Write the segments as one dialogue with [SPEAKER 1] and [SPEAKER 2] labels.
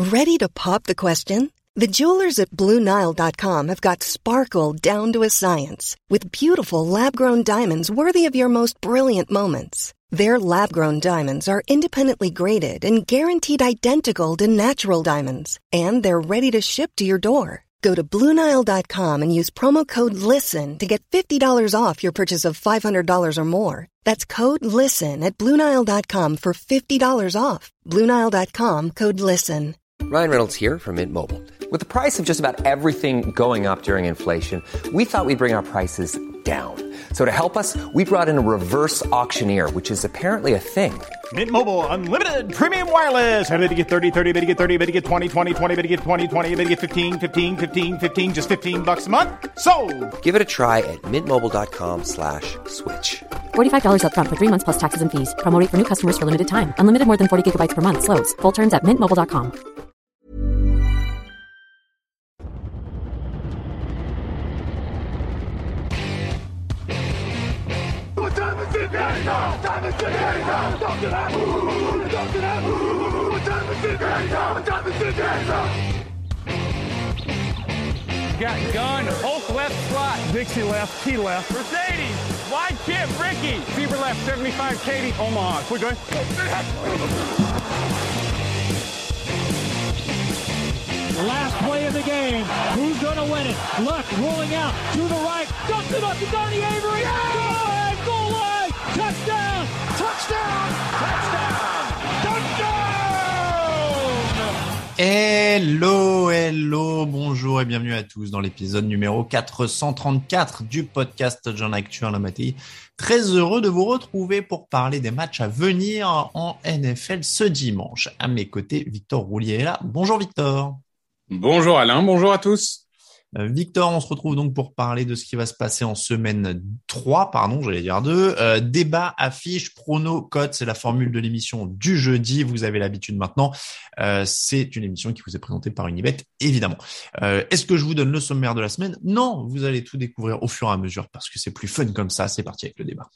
[SPEAKER 1] Ready to pop the question? The jewelers at BlueNile.com have got sparkle down to a science with beautiful lab-grown diamonds worthy of your most brilliant moments. Their lab-grown diamonds are independently graded and guaranteed identical to natural diamonds, and they're ready to ship to your door. Go to BlueNile.com and use promo code LISTEN to get $50 off your purchase of $500 or more. That's code LISTEN at BlueNile.com for $50 off. BlueNile.com, code LISTEN.
[SPEAKER 2] Ryan Reynolds here from Mint Mobile. With the price of just about everything going up during inflation, we thought we'd bring our prices down. So to help us, we brought in a reverse auctioneer, which is apparently a thing.
[SPEAKER 3] Mint Mobile Unlimited Premium Wireless. How to get 30, 30, how to get 30, how to get 20, 20, 20, how to get 20, 20, how to get 15, 15, 15, 15, just $15 a month? Sold!
[SPEAKER 2] Give it a try at mintmobile.com/switch.
[SPEAKER 4] $45 up front for 3 months plus taxes and fees. Promo rate for new customers for limited time. Unlimited more than 40 gigabytes per month. Slows full terms at mintmobile.com.
[SPEAKER 5] Got gun, Hulk left slot,
[SPEAKER 3] Dixie left, T left.
[SPEAKER 5] Mercedes, wide chip, Ricky, Fever left, 75, Katie, Omaha.
[SPEAKER 3] We're good.
[SPEAKER 6] Last play of the game. Who's going to win it? Luck rolling out to the right. Dumps it up to Donnie Avery. Yeah! Goal line. Touchdown. Touchdown. Touchdown. Touchdown.
[SPEAKER 7] Hello, bonjour et bienvenue à tous dans l'épisode numéro 434 du podcast Touchdown Actu en la matinée. Très heureux de vous retrouver pour parler des matchs à venir en NFL ce dimanche. À mes côtés, Victor Roulier est là. Bonjour Victor.
[SPEAKER 8] Bonjour Alain, bonjour à tous.
[SPEAKER 7] Victor, on se retrouve donc pour parler de ce qui va se passer en semaine 3, j'allais dire 2. Débat, affiche, prono, cote, c'est la formule de l'émission du jeudi. Vous avez l'habitude maintenant. C'est une émission qui vous est présentée par Unibet, évidemment. Est-ce que je vous donne le sommaire de la semaine? Non, vous allez tout découvrir au fur et à mesure parce que c'est plus fun comme ça. C'est parti avec le débat.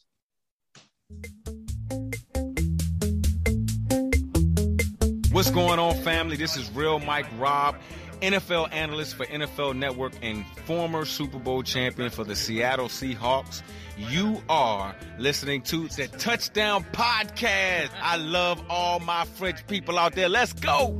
[SPEAKER 9] What's going on, family? This is Real Mike Robb, NFL analyst for NFL Network and former Super Bowl champion for the Seattle Seahawks. You are listening to the Touchdown Podcast. I love all my French people out there. Let's go!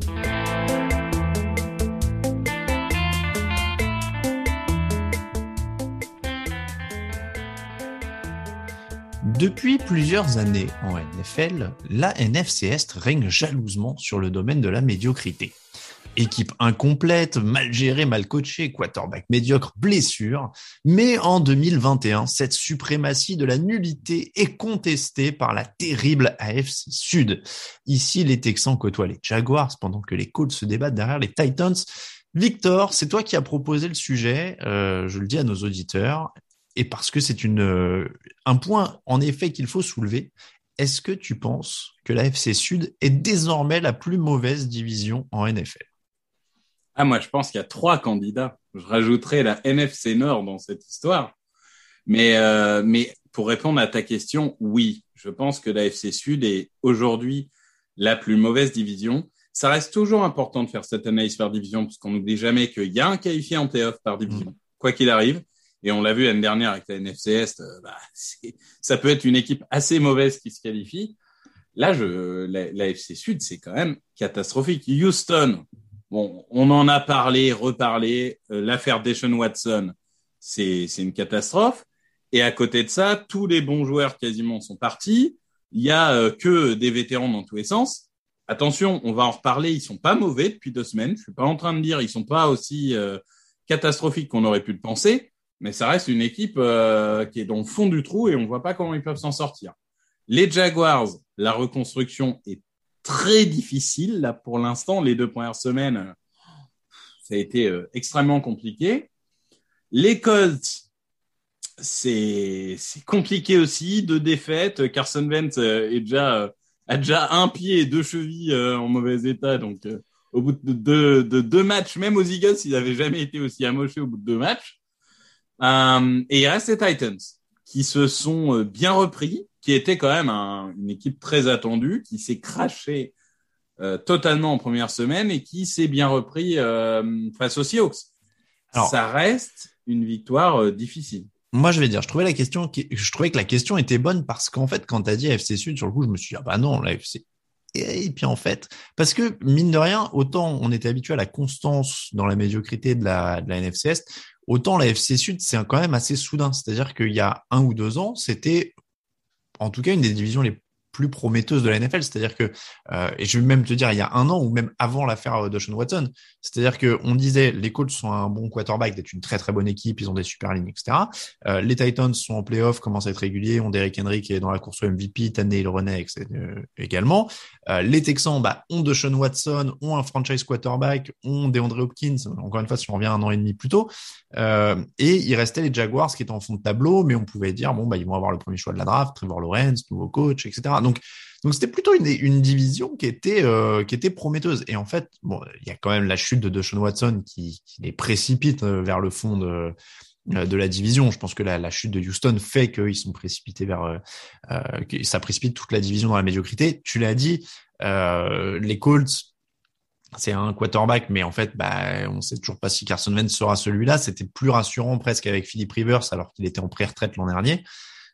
[SPEAKER 7] Depuis plusieurs années en NFL, la NFC Est règne jalousement sur le domaine de la médiocrité. Équipe incomplète, mal gérée, mal coachée, quarterback médiocre, blessure. Mais en 2021, cette suprématie de la nullité est contestée par la terrible AFC Sud. Ici, les Texans côtoient les Jaguars pendant que les Colts se débattent derrière les Titans. Victor, c'est toi qui as proposé le sujet, je le dis à nos auditeurs, et parce que c'est un point en effet qu'il faut soulever. Est-ce que tu penses que la AFC Sud est désormais la plus mauvaise division en NFL?
[SPEAKER 8] Moi, je pense qu'il y a 3 candidats. Je rajouterais la NFC Nord dans cette histoire. Mais pour répondre à ta question, oui, je pense que la AFC Sud est aujourd'hui la plus mauvaise division. Ça reste toujours important de faire cette analyse par division parce qu'on n'oublie jamais qu'il y a un qualifié en play-off par division, quoi qu'il arrive. Et on l'a vu l'année dernière avec la NFC Est, ça peut être une équipe assez mauvaise qui se qualifie. Là, la AFC Sud, c'est quand même catastrophique. Houston, bon, on en a parlé, reparlé. L'affaire Deshaun Watson, c'est une catastrophe. Et à côté de ça, tous les bons joueurs quasiment sont partis. Il y a que des vétérans dans tous les sens. Attention, on va en reparler. Ils sont pas mauvais depuis 2 semaines. Je suis pas en train de dire ils sont pas aussi catastrophiques qu'on aurait pu le penser. Mais ça reste une équipe qui est dans le fond du trou et on voit pas comment ils peuvent s'en sortir. Les Jaguars, la reconstruction est très difficile là pour l'instant. Les 2 premières semaines, ça a été extrêmement compliqué. Les Colts, c'est compliqué aussi. 2 défaites. Carson Wentz a déjà 1 pied et 2 chevilles en mauvais état. Donc au bout de 2 matchs, même aux Eagles, ils n'avaient jamais été aussi amochés au bout de 2 matchs. Et il reste les Titans qui se sont bien repris, qui était quand même une équipe très attendue, qui s'est crashée totalement en première semaine et qui s'est bien repris face aux Seahawks. Alors, ça reste une victoire difficile.
[SPEAKER 7] Moi, je vais dire, je trouvais que la question était bonne parce qu'en fait, quand tu as dit AFC Sud, sur le coup, je me suis dit, ah bah non, l'AFC. Et puis en fait, parce que mine de rien, autant on était habitué à la constance dans la médiocrité de la NFC Est, autant la FC Sud, c'est quand même assez soudain. C'est-à-dire qu'il y a 1 ou 2 ans, c'était en tout cas une des divisions les plus prometteuse de la NFL, c'est-à-dire que et je vais même te dire il y a 1 an ou même avant l'affaire Deshaun Watson, c'est-à-dire que on disait les Colts sont un bon quarterback, d'être une très très bonne équipe, ils ont des super lignes, etc. Les Titans sont en playoff, commencent à être réguliers, ont Derrick Henry qui est dans la course au MVP, Tannehill renaît également. Les Texans ont Deshaun Watson, ont un franchise quarterback, ont DeAndre Hopkins, encore une fois si on revient 1 an et demi plus tôt, et il restait les Jaguars qui étaient en fond de tableau, mais on pouvait dire ils vont avoir le premier choix de la draft, Trevor Lawrence, nouveau coach, etc. Donc c'était plutôt une division qui était prometteuse. Et en fait, il y a quand même la chute de Deshaun Watson qui les précipite vers le fond de la division. Je pense que la chute de Houston fait qu'ils sont précipités que ça précipite toute la division dans la médiocrité. Tu l'as dit, les Colts, c'est un quarterback, mais en fait, on sait toujours pas si Carson Wentz sera celui-là. C'était plus rassurant presque avec Philip Rivers alors qu'il était en pré-retraite l'an dernier.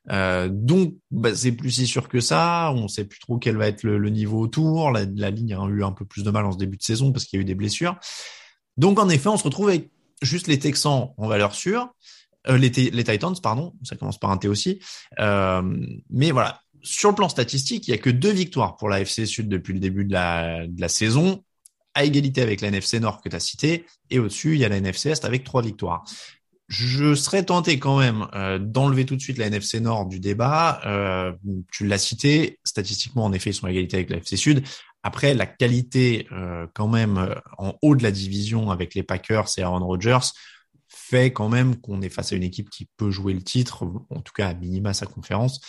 [SPEAKER 7] Donc c'est plus si sûr que ça, on sait plus trop quel va être le niveau autour, la ligne a eu un peu plus de mal en ce début de saison parce qu'il y a eu des blessures. Donc en effet, on se retrouve avec juste les Texans en valeur sûre, les Titans, pardon, ça commence par un T aussi. Mais voilà, sur le plan statistique, il y a que 2 victoires pour la FC Sud depuis le début de la saison, à égalité avec la NFC Nord que tu as cité, et au-dessus, il y a la NFC Est avec 3 victoires. Je serais tenté quand même d'enlever tout de suite la NFC Nord du débat. Tu l'as cité, statistiquement, en effet, ils sont à égalité avec la FC Sud. Après, la qualité quand même en haut de la division avec les Packers et Aaron Rodgers fait quand même qu'on est face à une équipe qui peut jouer le titre, en tout cas à minima sa conférence.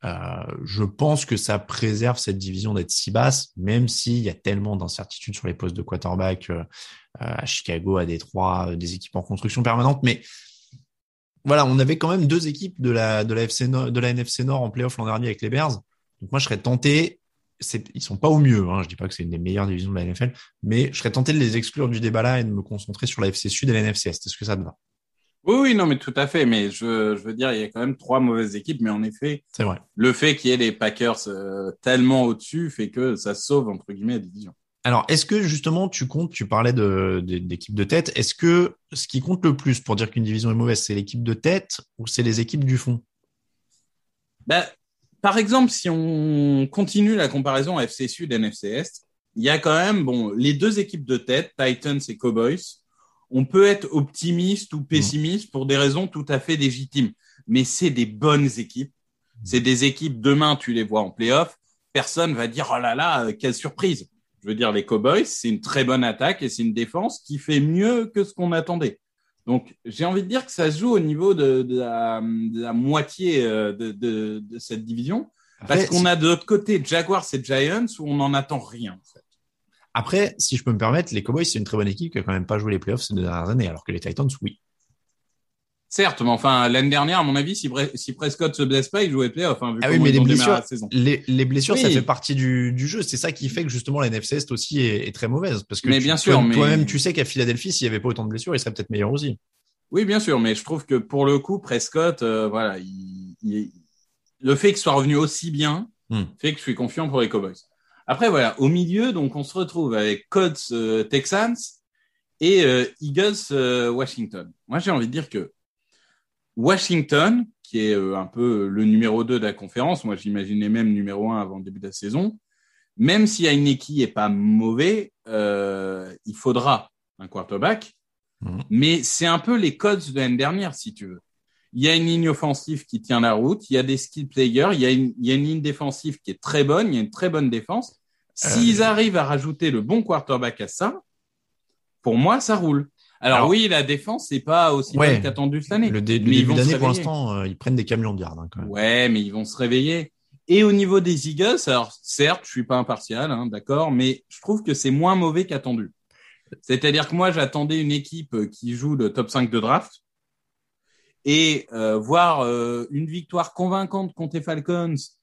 [SPEAKER 7] Je pense que ça préserve cette division d'être si basse, même s'il y a tellement d'incertitudes sur les postes de quarterback à Chicago, à Détroit, des équipes en construction permanente, mais voilà, on avait quand même 2 équipes de la NFC Nord en playoff l'an dernier avec les Bears. Donc moi, je serais tenté, ils sont pas au mieux, hein, je dis pas que c'est une des meilleures divisions de la NFL, mais je serais tenté de les exclure du débat là et de me concentrer sur la FC Sud et la NFC Est. Est-ce que ça te va?
[SPEAKER 8] Oui, non, mais tout à fait. Mais je veux dire, il y a quand même 3 mauvaises équipes, mais en effet,
[SPEAKER 7] c'est vrai.
[SPEAKER 8] Le fait qu'il y ait les Packers tellement au-dessus fait que ça sauve entre guillemets la division.
[SPEAKER 7] Alors, est-ce que justement tu parlais d'équipes de tête, est-ce que ce qui compte le plus pour dire qu'une division est mauvaise, c'est l'équipe de tête ou c'est les équipes du fond?
[SPEAKER 8] Par exemple, si on continue la comparaison AFC Sud et NFC Est, il y a quand même les 2 équipes de tête, Titans et Cowboys. On peut être optimiste ou pessimiste pour des raisons tout à fait légitimes, mais c'est des bonnes équipes. C'est des équipes, demain, tu les vois en play-off, personne va dire « Oh là là, quelle surprise !» Je veux dire, les Cowboys, c'est une très bonne attaque et c'est une défense qui fait mieux que ce qu'on attendait. Donc, j'ai envie de dire que ça se joue au niveau de la moitié de cette division, parce qu'on a de l'autre côté Jaguars et Giants où on n'en attend rien, en fait.
[SPEAKER 7] Après, si je peux me permettre, les Cowboys, c'est une très bonne équipe qui a quand même pas joué les playoffs ces 2 dernières années, alors que les Titans, oui.
[SPEAKER 8] Certes, mais enfin, l'année dernière, à mon avis, si Prescott se blesse pas, il jouait playoff, vu
[SPEAKER 7] oui, mais les blessures,
[SPEAKER 8] la saison.
[SPEAKER 7] Les blessures, oui. Ça fait partie du jeu. C'est ça qui fait que justement la NFC Est aussi est très mauvaise. Parce que toi-même, tu sais qu'à Philadelphie, s'il y avait pas autant de blessures, il serait peut-être meilleur aussi.
[SPEAKER 8] Oui, bien sûr, mais je trouve que pour le coup, Prescott, le fait qu'il soit revenu aussi bien fait que je suis confiant pour les Cowboys. Après, voilà, au milieu, donc on se retrouve avec Colts Texans et Eagles Washington. Moi, j'ai envie de dire que Washington, qui est un peu le numéro 2 de la conférence, moi j'imaginais même numéro 1 avant le début de la saison, même s'il y a une équipe qui n'est pas mauvais, il faudra un quarterback, mais c'est un peu les Colts de l'année dernière, si tu veux. Il y a une ligne offensive qui tient la route, il y a des skill players, il y a une ligne défensive qui est très bonne, il y a une très bonne défense. S'ils arrivent à rajouter le bon quarterback à ça, pour moi, ça roule. Alors oui, la défense, c'est pas aussi bonne qu'attendu cette année.
[SPEAKER 7] Le début d'année, pour l'instant, ils prennent des camions de garde, quand même.
[SPEAKER 8] Ouais, mais ils vont se réveiller. Et au niveau des Eagles, alors certes, je suis pas impartial, d'accord, mais je trouve que c'est moins mauvais qu'attendu. C'est-à-dire que moi, j'attendais une équipe qui joue le top 5 de draft et voir une victoire convaincante contre les Falcons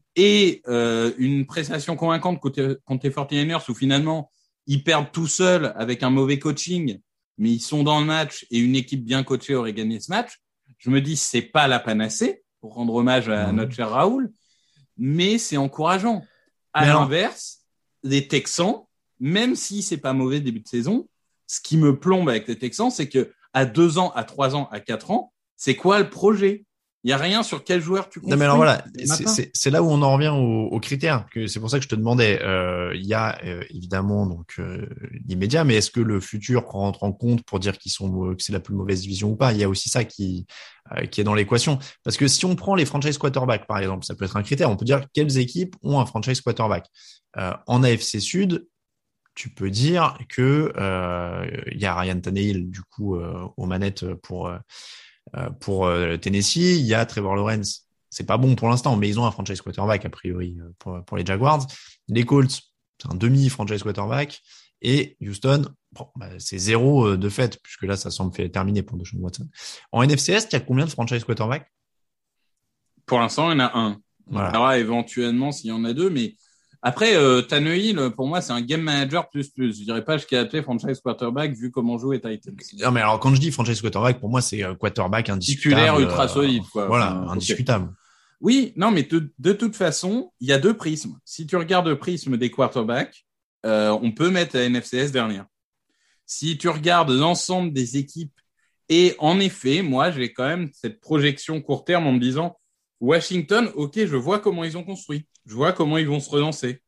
[SPEAKER 8] et une prestation convaincante contre les 49ers où finalement ils perdent tout seuls avec un mauvais coaching, mais ils sont dans le match et une équipe bien coachée aurait gagné ce match, je me dis c'est pas la panacée pour rendre hommage à notre cher Raoul, mais c'est encourageant. À l'inverse, les Texans, même si c'est pas mauvais début de saison, ce qui me plombe avec les Texans, c'est que à 2 ans, à 3 ans, à 4 ans, c'est quoi le projet? Il n'y a rien sur quel joueur tu construis.
[SPEAKER 7] Non, mais alors voilà, c'est là où on en revient aux critères. C'est pour ça que je te demandais. Il y a évidemment donc l'immédiat, mais est-ce que le futur rentre en compte pour dire que c'est la plus mauvaise division ou pas? Il y a aussi ça qui est dans l'équation. Parce que si on prend les franchise quarterbacks, par exemple, ça peut être un critère. On peut dire quelles équipes ont un franchise quarterback. En AFC Sud, tu peux dire que il y a Ryan Tannehill du coup aux manettes pour Tennessee, il y a Trevor Lawrence. C'est pas bon pour l'instant, mais ils ont un franchise quarterback a priori pour les Jaguars. Les Colts, c'est un demi-franchise quarterback. Et Houston, c'est 0 de fait, puisque là, ça semble fait terminer pour Deshaun Watson. En NFC Est, il y a combien de franchise quarterback?
[SPEAKER 8] Pour l'instant, il y en a un. Voilà. On verra éventuellement s'il y en a 2, mais après, Tannehill, pour moi, c'est un game manager plus. Je dirais pas jusqu'à appeler franchise quarterback vu comment joue les Titans.
[SPEAKER 7] Non, mais alors, quand je dis franchise quarterback, pour moi, c'est quarterback indiscutable.
[SPEAKER 8] Titulaire ultra solide, quoi.
[SPEAKER 7] Voilà, indiscutable.
[SPEAKER 8] Okay. Oui, non, mais de toute façon, il y a 2 prismes. Si tu regardes le prisme des quarterbacks, on peut mettre la NFCS dernière. Si tu regardes l'ensemble des équipes, et en effet, moi, j'ai quand même cette projection court terme en me disant, Washington, ok, je vois comment ils ont construit. Je vois comment ils vont se relancer.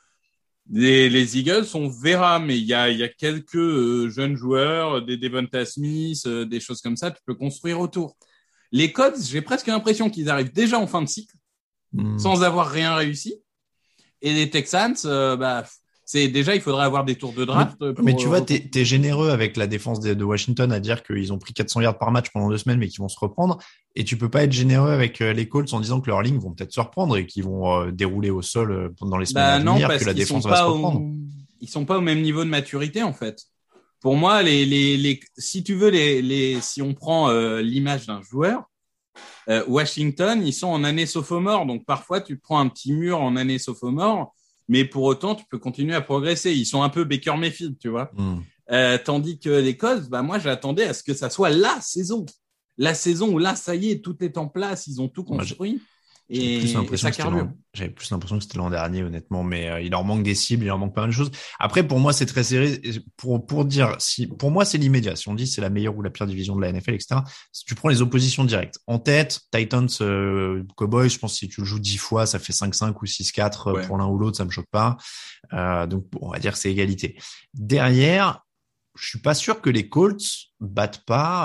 [SPEAKER 8] Les Eagles, on verra, mais il y a quelques jeunes joueurs, des Devonta Smith, des choses comme ça, tu peux construire autour. Les Colts, j'ai presque l'impression qu'ils arrivent déjà en fin de cycle, sans avoir rien réussi. Et les Texans, c'est déjà, il faudrait avoir des tours de draft.
[SPEAKER 7] Mais tu vois, t'es généreux avec la défense de Washington à dire qu'ils ont pris 400 yards par match pendant 2 semaines, mais qu'ils vont se reprendre. Et tu peux pas être généreux avec les Colts en disant que leurs lignes vont peut-être se reprendre et qu'ils vont dérouler au sol pendant les semaines à venir, que la défense va se reprendre.
[SPEAKER 8] Ils sont pas au même niveau de maturité, en fait. Pour moi, si tu veux, si on prend l'image d'un joueur, Washington, ils sont en année sophomore. Donc, parfois, tu prends un petit mur en année sophomore. Mais pour autant, tu peux continuer à progresser. Ils sont un peu Baker Mayfield, tu vois. Tandis que les Colts, moi, j'attendais à ce que ça soit la saison où là, ça y est, tout est en place, ils ont tout construit. Et ça carbure.
[SPEAKER 7] J'avais plus l'impression que c'était l'an dernier, honnêtement, mais il leur manque des cibles, il leur manque pas mal de choses. Après, pour moi, c'est très serré. Pour dire pour moi, c'est l'immédiat. Si on dit c'est la meilleure ou la pire division de la NFL, etc. Si tu prends les oppositions directes, en tête, Titans, Cowboys, je pense que si tu le joues 10 fois, ça fait 5-5 ou 6-4 pour l'un ou l'autre, ça me choque pas. Donc, on va dire que c'est égalité. Derrière, je suis pas sûr que les Colts battent pas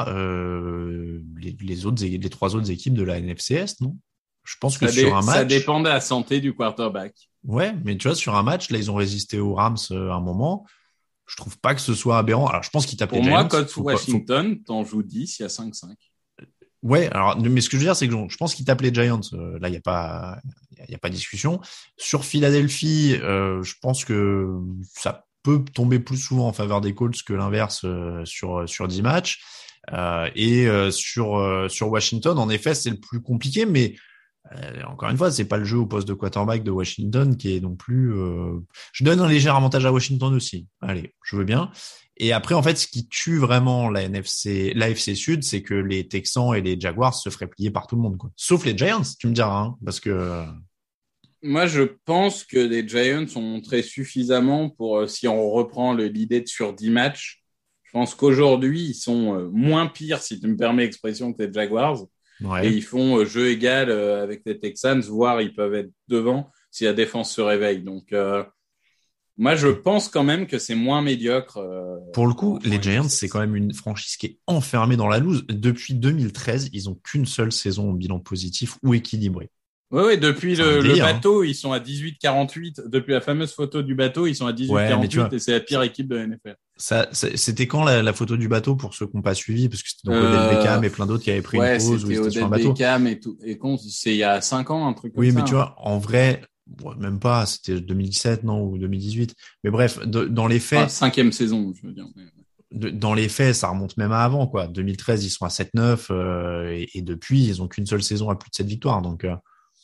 [SPEAKER 7] les 3 autres équipes de la NFC Est, non? Je pense que sur un match,
[SPEAKER 8] ça dépend de la santé du quarterback.
[SPEAKER 7] Ouais, mais tu vois, sur un match, là, ils ont résisté aux Rams à un moment. Je trouve pas que ce soit aberrant. Alors, je pense qu'ils tapent les Giants.
[SPEAKER 8] Pour moi, contre Washington, t'en joues 10, il y a 5-5.
[SPEAKER 7] Ouais, alors, mais ce que je veux dire, c'est que je pense qu'ils tapent les Giants. Là, il y a pas discussion. Sur Philadelphie, je pense que ça peut tomber plus souvent en faveur des Colts que l'inverse sur 10 matchs. Et sur Washington, en effet, c'est le plus compliqué, mais encore une fois, c'est pas le jeu au poste de quarterback de Washington qui est non plus. Je donne un léger avantage à Washington aussi. Allez, je veux bien. Et après, en fait, ce qui tue vraiment l'AFC Sud, c'est que les Texans et les Jaguars se feraient plier par tout le monde, quoi. Sauf les Giants, tu me diras, hein, parce que.
[SPEAKER 8] Moi, je pense que les Giants ont montré suffisamment pour, si on reprend l'idée de sur 10 matchs, je pense qu'aujourd'hui, ils sont moins pires, si tu me permets l'expression, que les Jaguars. Ouais. Et ils font jeu égal avec les Texans, voire ils peuvent être devant si la défense se réveille. Donc, moi, je pense quand même que c'est moins médiocre.
[SPEAKER 7] Pour le coup, les Giants, c'est quand même une franchise qui est enfermée dans la loose. Depuis 2013, ils n'ont qu'une seule saison au bilan positif ou équilibré.
[SPEAKER 8] Oui, depuis le bateau, ils sont à 18-48. Depuis la fameuse photo du bateau, ils sont à 18-48 et c'est la pire équipe de la NFL.
[SPEAKER 7] C'était quand la photo du bateau pour ceux qui n'ont pas suivi, parce que c'était donc Odell Beckham et plein d'autres qui avaient pris une pause où ils étaient sur un bateau.
[SPEAKER 8] Beckham et tout. Et c'est il y a 5 ans, un truc comme ça.
[SPEAKER 7] Oui, mais tu vois, en vrai, même pas, c'était 2017, non, ou 2018. Mais bref, dans les faits.
[SPEAKER 8] 5e saison, je veux dire.
[SPEAKER 7] Dans les faits, ça remonte même à avant, quoi. 2013, ils sont à 7-9, et depuis, ils ont qu'une seule saison à plus de 7 victoires. Donc,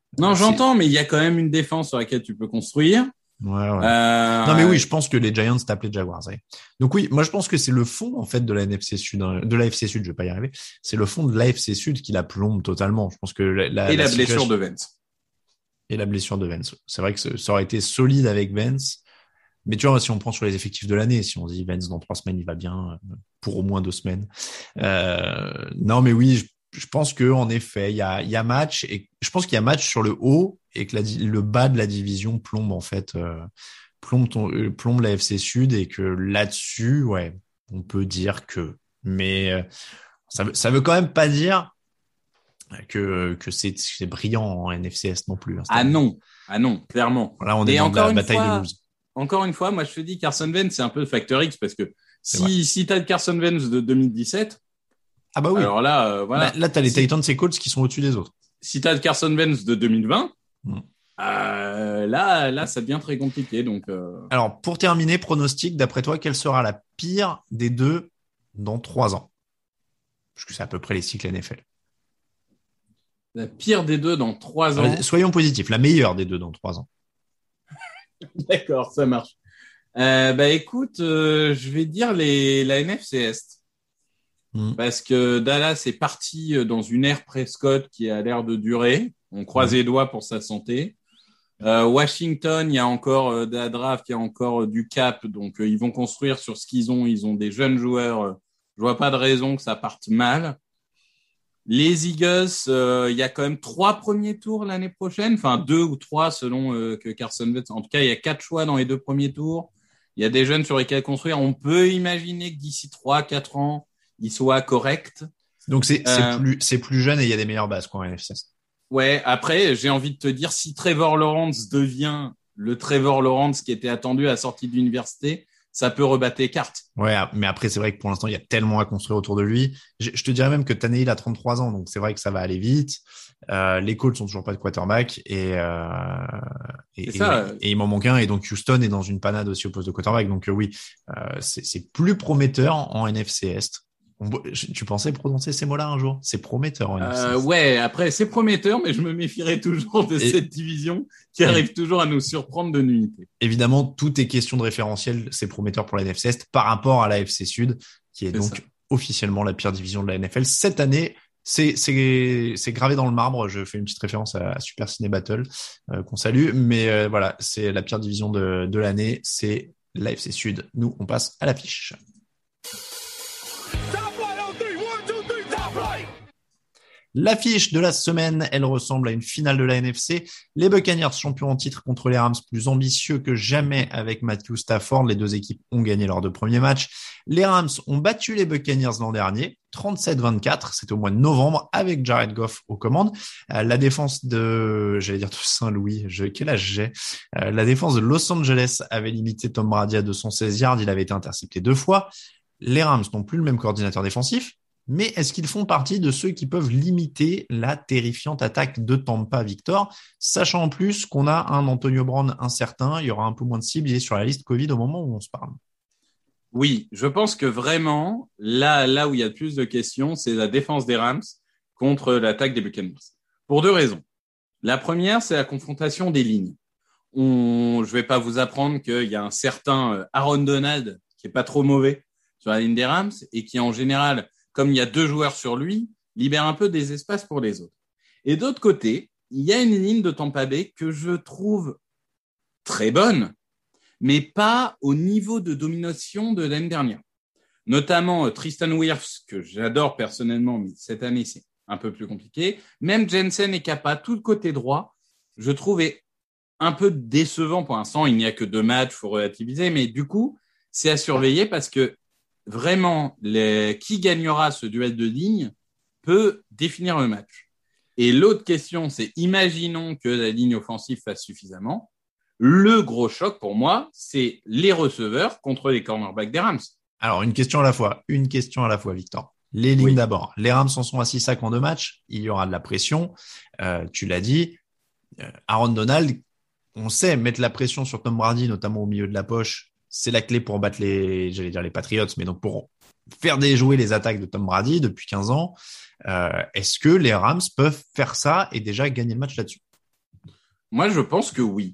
[SPEAKER 8] Non, j'entends, mais il y a quand même une défense sur laquelle tu peux construire.
[SPEAKER 7] Ouais. Non, mais oui, je pense que les Giants tapent les Jaguars. Ouais. Donc oui, moi je pense que c'est le fond en fait de la NFC Sud, de l'AFC Sud. Je vais pas y arriver. C'est le fond de l'AFC Sud qui la plombe totalement. Je pense que la
[SPEAKER 8] blessure de Vance.
[SPEAKER 7] Et la blessure de Vance. C'est vrai que ça aurait été solide avec Vance. Mais tu vois, si on prend sur les effectifs de l'année, si on dit Vance dans 3 semaines, il va bien pour au moins 2 semaines. Non, mais oui, je pense que en effet, il y a match et je pense qu'il y a match sur le haut et que le bas de la division plombe en fait plombe la FC Sud et que là-dessus, ouais, on peut dire que. Mais ça veut quand même pas dire que c'est brillant en NFCS non plus.
[SPEAKER 8] Hein, ah non, clairement.
[SPEAKER 7] Là, on est dans la bataille de lose.
[SPEAKER 8] Encore une fois, moi je te dis Carson Wentz, c'est un peu le facteur X parce que si t'as le Carson Wentz de 2017,
[SPEAKER 7] ah bah oui.
[SPEAKER 8] Alors là, voilà.
[SPEAKER 7] Là, t'as les Titans et Colts qui sont au-dessus des autres.
[SPEAKER 8] Si t'as le Carson Wentz de 2020, là, ça devient très compliqué. Donc.
[SPEAKER 7] Alors, pour terminer, pronostic, d'après toi, quelle sera la pire des deux dans 3 ans? Parce que c'est à peu près les cycles NFL.
[SPEAKER 8] La pire des deux dans 3 ans.
[SPEAKER 7] Soyons positifs, la meilleure des deux dans 3 ans.
[SPEAKER 8] D'accord, ça marche. Écoute, je vais dire la NFC Est. Parce que Dallas est parti dans une ère Prescott qui a l'air de durer. On croise les doigts pour sa santé. Washington, il y a encore de la draft, il y a encore du cap. Donc, ils vont construire sur ce qu'ils ont. Ils ont des jeunes joueurs. Je vois pas de raison que ça parte mal. Les Eagles, il y a quand même 3 premiers tours l'année prochaine. Enfin, 2 ou 3 selon que Carson Wentz. En tout cas, il y a 4 choix dans les 2 premiers tours. Il y a des jeunes sur lesquels construire. On peut imaginer que d'ici 3-4 ans, ils soient corrects.
[SPEAKER 7] Donc, c'est plus jeune et il y a des meilleures bases, quoi, en NFC.
[SPEAKER 8] Ouais, après, j'ai envie de te dire, si Trevor Lawrence devient le Trevor Lawrence qui était attendu à la sortie de l'université, ça peut rebattre les cartes.
[SPEAKER 7] Ouais, mais après, c'est vrai que pour l'instant, il y a tellement à construire autour de lui. Je te dirais même que Tannehill a 33 ans, donc c'est vrai que ça va aller vite. Les Colts sont toujours pas de quarterback et il m'en manque un. Et donc, Houston est dans une panade aussi au poste de quarterback. Donc, oui, c'est plus prometteur en NFC Est. Tu pensais prononcer ces mots-là un jour? C'est prometteur en NFC.
[SPEAKER 8] Ouais, après, c'est prometteur, mais je me méfierais toujours de cette division qui arrive toujours à nous surprendre de nullité.
[SPEAKER 7] Évidemment, tout est question de référentiel. C'est prometteur pour la NFC Est par rapport à la FC Sud, qui est donc officiellement la pire division de la NFL. Cette année, c'est gravé dans le marbre. Je fais une petite référence à Super Ciné Battle, qu'on salue. Mais voilà, c'est la pire division de l'année. C'est la FC Sud. Nous, on passe à l'affiche. L'affiche de la semaine, elle ressemble à une finale de la NFC. Les Buccaneers, champions en titre contre les Rams, plus ambitieux que jamais avec Matthew Stafford. Les 2 équipes ont gagné leurs 2 premiers matchs. Les Rams ont battu les Buccaneers l'an dernier, 37-24. C'était au mois de novembre avec Jared Goff aux commandes. La défense de Saint-Louis, quel âge j'ai? La défense de Los Angeles avait limité Tom Brady à 216 yards. Il avait été intercepté 2 fois. Les Rams n'ont plus le même coordinateur défensif. Mais est-ce qu'ils font partie de ceux qui peuvent limiter la terrifiante attaque de Tampa, Victor, sachant en plus qu'on a un Antonio Brown incertain, il y aura un peu moins de cibles, il est sur la liste Covid au moment où on se parle.
[SPEAKER 8] Oui, je pense que vraiment, là où il y a le plus de questions, c'est la défense des Rams contre l'attaque des Buccaneers. Pour 2 raisons. La première, c'est la confrontation des lignes. Je vais pas vous apprendre qu'il y a un certain Aaron Donald qui est pas trop mauvais sur la ligne des Rams et qui en général, comme il y a 2 joueurs sur lui, libère un peu des espaces pour les autres. Et d'autre côté, il y a une ligne de Tampa Bay que je trouve très bonne, mais pas au niveau de domination de l'année dernière. Notamment Tristan Wirfs, que j'adore personnellement, mais cette année, c'est un peu plus compliqué. Même Jensen et Kappa, tout le côté droit, je trouve est un peu décevant pour l'instant. Il n'y a que 2 matchs, il faut relativiser, mais du coup, c'est à surveiller parce que vraiment, qui gagnera ce duel de ligne peut définir le match. Et l'autre question, c'est imaginons que la ligne offensive fasse suffisamment. Le gros choc pour moi, c'est les receveurs contre les cornerbacks des Rams.
[SPEAKER 7] Alors, une question à la fois, Victor. Les lignes d'abord. Les Rams en sont à 6 sacs en 2 matchs. Il y aura de la pression. Tu l'as dit. Aaron Donald, on sait mettre la pression sur Tom Brady, notamment au milieu de la poche. C'est la clé pour battre les Patriots, mais donc pour faire déjouer les attaques de Tom Brady depuis 15 ans. Est-ce que les Rams peuvent faire ça et déjà gagner le match là-dessus?
[SPEAKER 8] Moi, je pense que oui.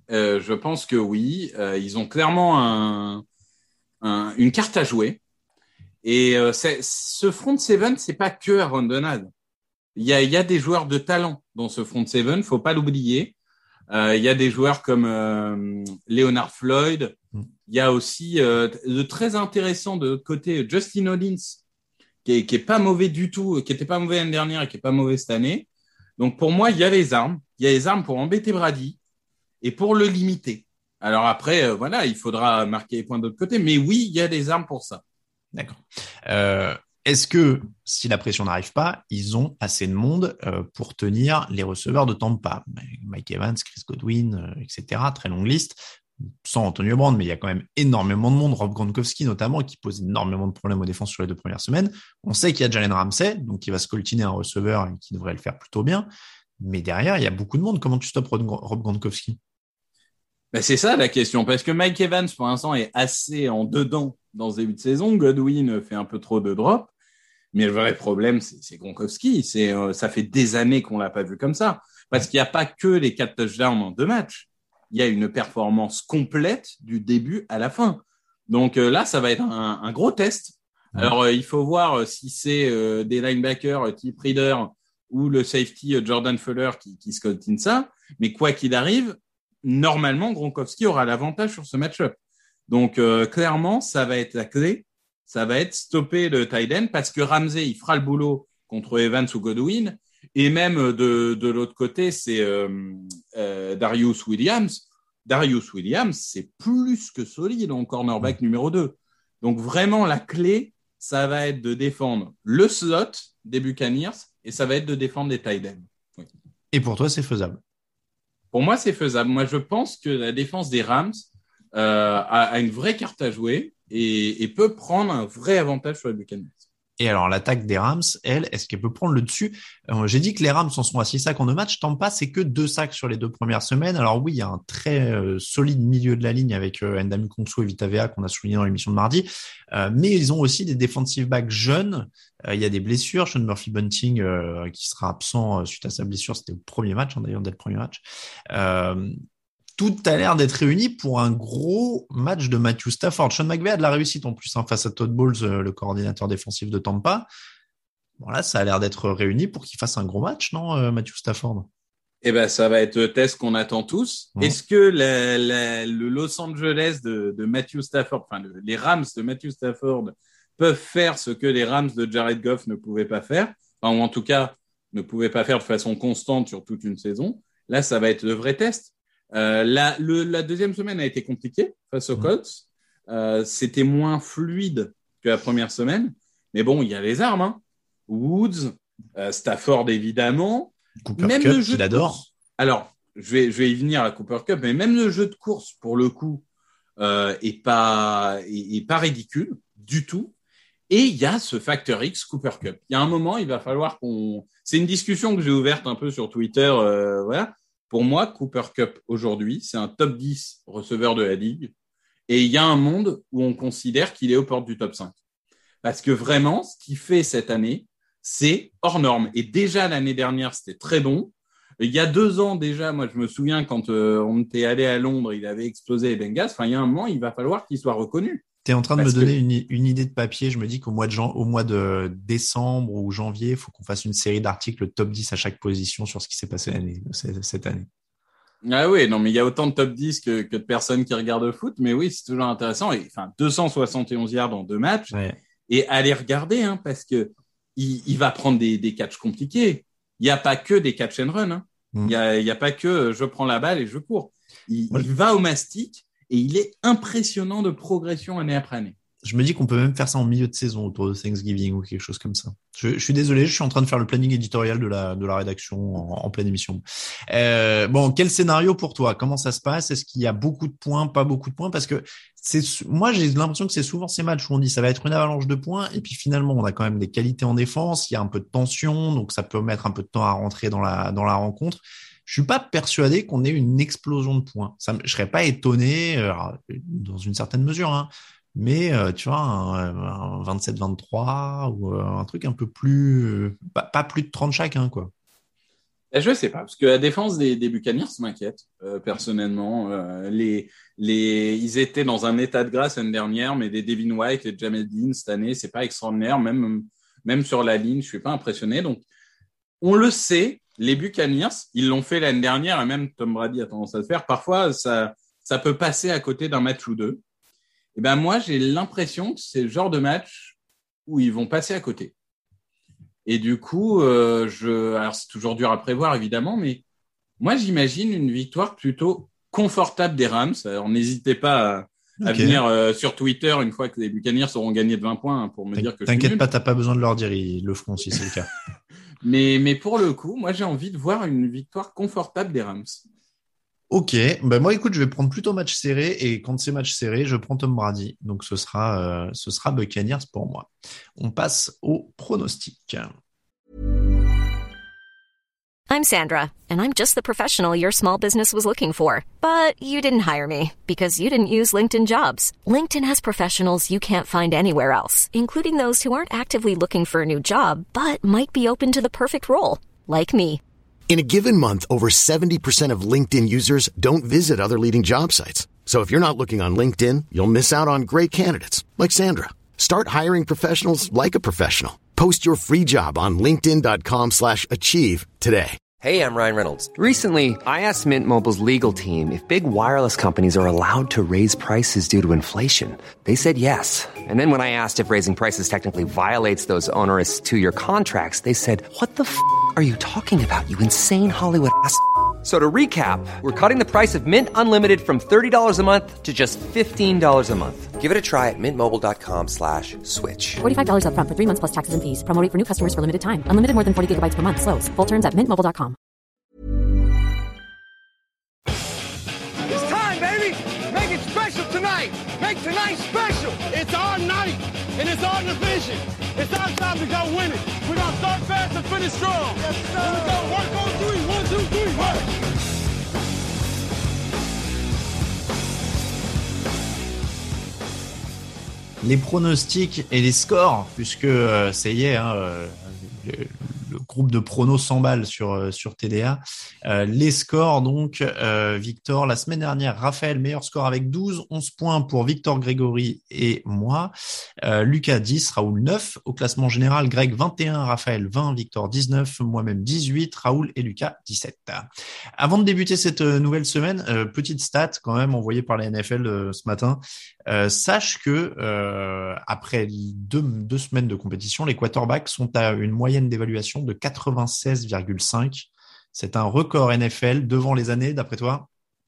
[SPEAKER 8] Ils ont clairement une carte à jouer. Et ce front seven, c'est pas que Aaron Donald. Il y a des joueurs de talent dans ce front seven, faut pas l'oublier. Il y a des joueurs comme Leonard Floyd. Il y a aussi de très intéressant de l'autre côté Justin Hollins, qui est pas mauvais du tout, qui était pas mauvais l'année dernière et qui est pas mauvais cette année. Donc pour moi, il y a les armes. Il y a les armes pour embêter Brady et pour le limiter. Alors après, voilà, il faudra marquer les points de l'autre côté. Mais oui, il y a des armes pour ça.
[SPEAKER 7] D'accord. Est-ce que, si la pression n'arrive pas, ils ont assez de monde pour tenir les receveurs de Tampa? Mike Evans, Chris Godwin, etc. Très longue liste. Sans Antonio Brown, mais il y a quand même énormément de monde. Rob Gronkowski notamment, qui pose énormément de problèmes aux défenses sur les 2 premières semaines. On sait qu'il y a Jalen Ramsey, donc qui va scoltiner un receveur et qui devrait le faire plutôt bien. Mais derrière, il y a beaucoup de monde. Comment tu stoppes Rob Gronkowski?
[SPEAKER 8] Ben c'est ça la question, parce que Mike Evans, pour l'instant, est assez en dedans dans ce début de saison. Godwin fait un peu trop de drop. Mais le vrai problème, c'est Gronkowski. Ça fait des années qu'on l'a pas vu comme ça. Parce qu'il n'y a pas que les 4 touchdowns en 2 matchs. Il y a une performance complète du début à la fin. Donc là, ça va être un gros test. Alors, il faut voir si c'est des linebackers type Reader ou le safety Jordan Fuller qui scoltine ça. Mais quoi qu'il arrive, normalement, Gronkowski aura l'avantage sur ce match-up. Donc, clairement, ça va être la clé. Ça va être stopper le tight end parce que Ramsey, il fera le boulot contre Evans ou Godwin. Et même de l'autre côté, c'est Darius Williams. Darius Williams, c'est plus que solide en cornerback numéro 2. Donc vraiment, la clé, ça va être de défendre le slot des Buccaneers et ça va être de défendre les tight ends. Oui.
[SPEAKER 7] Et pour toi, c'est faisable?
[SPEAKER 8] Pour moi, c'est faisable. Moi, je pense que la défense des Rams a une vraie carte à jouer et peut prendre un vrai avantage sur les Buccaneers.
[SPEAKER 7] Et alors, l'attaque des Rams, elle, est-ce qu'elle peut prendre le dessus? J'ai dit que les Rams en sont à 6 sacs en 2 matchs. Tampa, c'est que 2 sacs sur les 2 premières semaines. Alors oui, il y a un très solide milieu de la ligne avec Ndamukong Suh et Vita Vea qu'on a souligné dans l'émission de mardi. Mais ils ont aussi des defensive backs jeunes. Il y a des blessures. Sean Murphy-Bunting qui sera absent suite à sa blessure. C'était le premier match, d'ailleurs, dès le premier match. Tout a l'air d'être réuni pour un gros match de Matthew Stafford. Sean McVay a de la réussite en plus face à Todd Bowles, le coordinateur défensif de Tampa. Bon là, ça a l'air d'être réuni pour qu'il fasse un gros match, non, Matthew Stafford?
[SPEAKER 8] Eh ben, ça va être le test qu'on attend tous. Est-ce que le Los Angeles de Matthew Stafford, enfin les Rams de Matthew Stafford peuvent faire ce que les Rams de Jared Goff ne pouvaient pas faire, enfin, ou en tout cas ne pouvaient pas faire de façon constante sur toute une saison? Là, ça va être le vrai test. La deuxième semaine a été compliquée face aux Colts. C'était moins fluide que la première semaine. Mais bon, il y a les armes. Hein. Woods, Stafford évidemment.
[SPEAKER 7] Cooper
[SPEAKER 8] même
[SPEAKER 7] Cup,
[SPEAKER 8] le jeu
[SPEAKER 7] qu'il adore.
[SPEAKER 8] Alors, je vais y venir à Cooper Cup, mais même le jeu de course, pour le coup, est pas ridicule du tout. Et il y a ce facteur X Cooper Cup. Il y a un moment, il va falloir qu'on... C'est une discussion que j'ai ouverte un peu sur Twitter, voilà. Pour moi, Cooper Cup, aujourd'hui, c'est un top 10 receveur de la ligue. Et il y a un monde où on considère qu'il est aux portes du top 5. Parce que vraiment, ce qu'il fait cette année, c'est hors norme. Et déjà, l'année dernière, c'était très bon. Il y a 2 ans déjà, moi, je me souviens quand on était allé à Londres, il avait explosé les Bengals. Enfin, il y a un moment, il va falloir qu'il soit reconnu.
[SPEAKER 7] T'es en train de me donner une idée de papier. Je me dis qu'au mois de décembre ou janvier, il faut qu'on fasse une série d'articles top 10 à chaque position sur ce qui s'est passé cette année.
[SPEAKER 8] Ah oui, non, mais il y a autant de top 10 que de personnes qui regardent le foot. Mais oui, c'est toujours intéressant. Et, enfin, 271 yards en 2 matchs. Ouais. Et allez regarder, hein, parce que il va prendre des catchs compliqués. Il n'y a pas que des catch and run. Hein. Il y a pas que je prends la balle et je cours. Il va au mastic. Et il est impressionnant de progression année après année.
[SPEAKER 7] Je me dis qu'on peut même faire ça en milieu de saison autour de Thanksgiving ou quelque chose comme ça. Je suis désolé, je suis en train de faire le planning éditorial de la rédaction en pleine émission. Bon, quel scénario pour toi? Comment ça se passe? Est-ce qu'il y a beaucoup de points, pas beaucoup de points? Parce que moi, j'ai l'impression que c'est souvent ces matchs où on dit ça va être une avalanche de points et puis finalement, on a quand même des qualités en défense, il y a un peu de tension, donc ça peut mettre un peu de temps à rentrer dans la rencontre. Je suis pas persuadé qu'on ait une explosion de points. Je serais pas étonné, dans une certaine mesure, hein, mais tu vois, un 27-23 ou un truc un peu plus, pas plus de 30 chacun, quoi.
[SPEAKER 8] Je sais pas, parce que la défense des Buccaneers m'inquiète, personnellement. Ils étaient dans un état de grâce l'année dernière, mais des Devin White et Jamel Dean cette année, c'est pas extraordinaire. Même sur la ligne, je suis pas impressionné. Donc, on le sait, les Buccaneers, ils l'ont fait l'année dernière, et même Tom Brady a tendance à le faire. Parfois, ça peut passer à côté d'un match ou deux. Et ben moi, j'ai l'impression que c'est le genre de match où ils vont passer à côté. Et du coup, alors c'est toujours dur à prévoir évidemment, mais moi j'imagine une victoire plutôt confortable des Rams. Alors n'hésitez pas à venir sur Twitter une fois que les Buccaneers auront gagné de 20 points pour me dire que je suis nul.
[SPEAKER 7] T'inquiète pas, t'as pas besoin de leur dire, ils le feront si c'est le cas.
[SPEAKER 8] mais pour le coup, moi j'ai envie de voir une victoire confortable des Rams.
[SPEAKER 7] Ok, moi écoute, je vais prendre plutôt match serré, et quand c'est match serré, je prends Tom Brady. Donc ce sera Buccaneers pour moi. On passe au pronostic.
[SPEAKER 10] I'm Sandra, and I'm just the professional your small business was looking for. But you didn't hire me because you didn't use LinkedIn Jobs. LinkedIn has professionals you can't find anywhere else, including those who aren't actively looking for a new job, but might be open to the perfect role, like me.
[SPEAKER 11] In a given month, over 70% of LinkedIn users don't visit other leading job sites. So if you're not looking on LinkedIn, you'll miss out on great candidates like Sandra. Start hiring professionals like a professional. Post your free job on linkedin.com/achieve today.
[SPEAKER 2] Hey, I'm Ryan Reynolds. Recently, I asked Mint Mobile's legal team if big wireless companies are allowed to raise prices due to inflation. They said yes. And then when I asked if raising prices technically violates those onerous two-year contracts, they said, "What the f*** are you talking about, you insane Hollywood ass?" So to recap, we're cutting the price of Mint Unlimited from $30 a month to just $15 a month. Give it a try at mintmobile.com/switch.
[SPEAKER 4] $45 up front for 3 months plus taxes and fees. Promo rate for new customers for limited time. Unlimited more than 40 gigabytes per month. Slows full terms at mintmobile.com.
[SPEAKER 5] It's time, baby! Make it special tonight! Make tonight special! It's our night, and it's our division. It's our time to go win it. We're gonna start fast and finish strong. Yes, sir. We're gonna work on three. 1, 2, 3, work!
[SPEAKER 7] Les pronostics et les scores, puisque ça y est, le groupe de pronos s'emballe sur TDA. Les scores, donc, Victor, la semaine dernière, Raphaël, meilleur score avec 12, 11 points pour Victor Grégory et moi. Lucas, 10, Raoul, 9. Au classement général, Greg, 21, Raphaël, 20, Victor, 19, moi-même, 18, Raoul et Lucas, 17. Avant de débuter cette nouvelle semaine, petite stat quand même envoyée par la NFL ce matin. Sache que après deux semaines de compétition, les quarterbacks sont à une moyenne d'évaluation de 96,5. C'est un record NFL devant les années, d'après toi?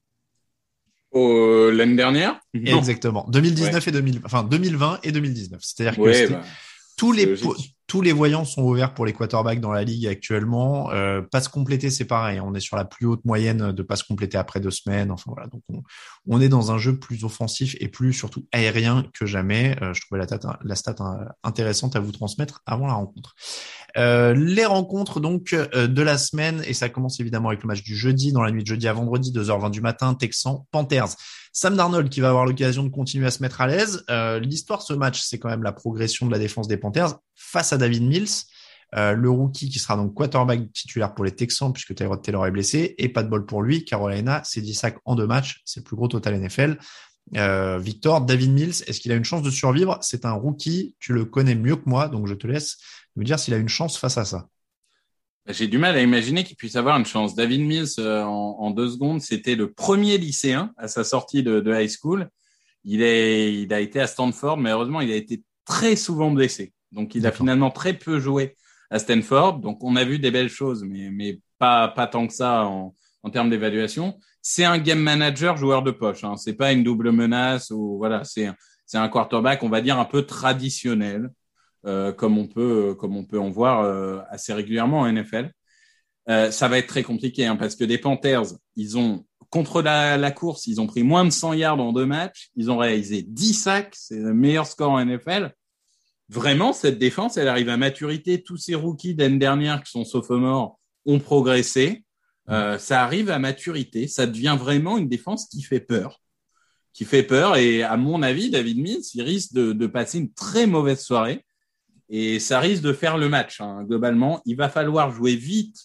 [SPEAKER 8] L'année dernière?
[SPEAKER 7] Exactement. 2019 et 2020 et 2019. C'est-à-dire que tous les voyants sont ouverts pour les quarterbacks dans la ligue actuellement. Passes complétées, c'est pareil. On est sur la plus haute moyenne de passes complétées après 2 semaines. Enfin voilà. Donc on est dans un jeu plus offensif et plus surtout aérien que jamais. Je trouvais la stat intéressante à vous transmettre avant la rencontre. Les rencontres donc de la semaine, et ça commence évidemment avec le match du jeudi, dans la nuit de jeudi à vendredi, 2h20 du matin, Texans, Panthers. Sam Darnold qui va avoir l'occasion de continuer à se mettre à l'aise. L'histoire de ce match, c'est quand même la progression de la défense des Panthers face à David Mills, le rookie qui sera donc quarterback titulaire pour les Texans puisque Tyrod Taylor est blessé, et pas de bol pour lui. Carolina, c'est 10 sacs en 2 matchs, c'est le plus gros total NFL. Victor, David Mills, est-ce qu'il a une chance de survivre? C'est un rookie, tu le connais mieux que moi, donc je te laisse me dire s'il a une chance face à ça.
[SPEAKER 8] J'ai du mal à imaginer qu'il puisse avoir une chance. David Mills, en 2 secondes, c'était le premier lycéen à sa sortie de high school. Il a été à Stanford, mais heureusement, il a été très souvent blessé. Donc, il a finalement très peu joué à Stanford. Donc, on a vu des belles choses, mais pas tant que ça en termes d'évaluation. C'est un game manager, joueur de poche. Hein. C'est pas une double menace ou voilà. C'est un quarterback, on va dire, un peu traditionnel. Comme on peut en voir assez régulièrement en NFL. Ça va être très compliqué hein, parce que les Panthers, ils ont contre la course, ils ont pris moins de 100 yards en 2 matchs, ils ont réalisé 10 sacs, c'est le meilleur score en NFL. Vraiment, cette défense, elle arrive à maturité. Tous ces rookies d'année dernière qui sont sophomores ont progressé. Ça arrive à maturité. Ça devient vraiment une défense qui fait peur. Et à mon avis, David Mills, il risque de passer une très mauvaise soirée. Et ça risque de faire le match. Hein. Globalement, il va falloir jouer vite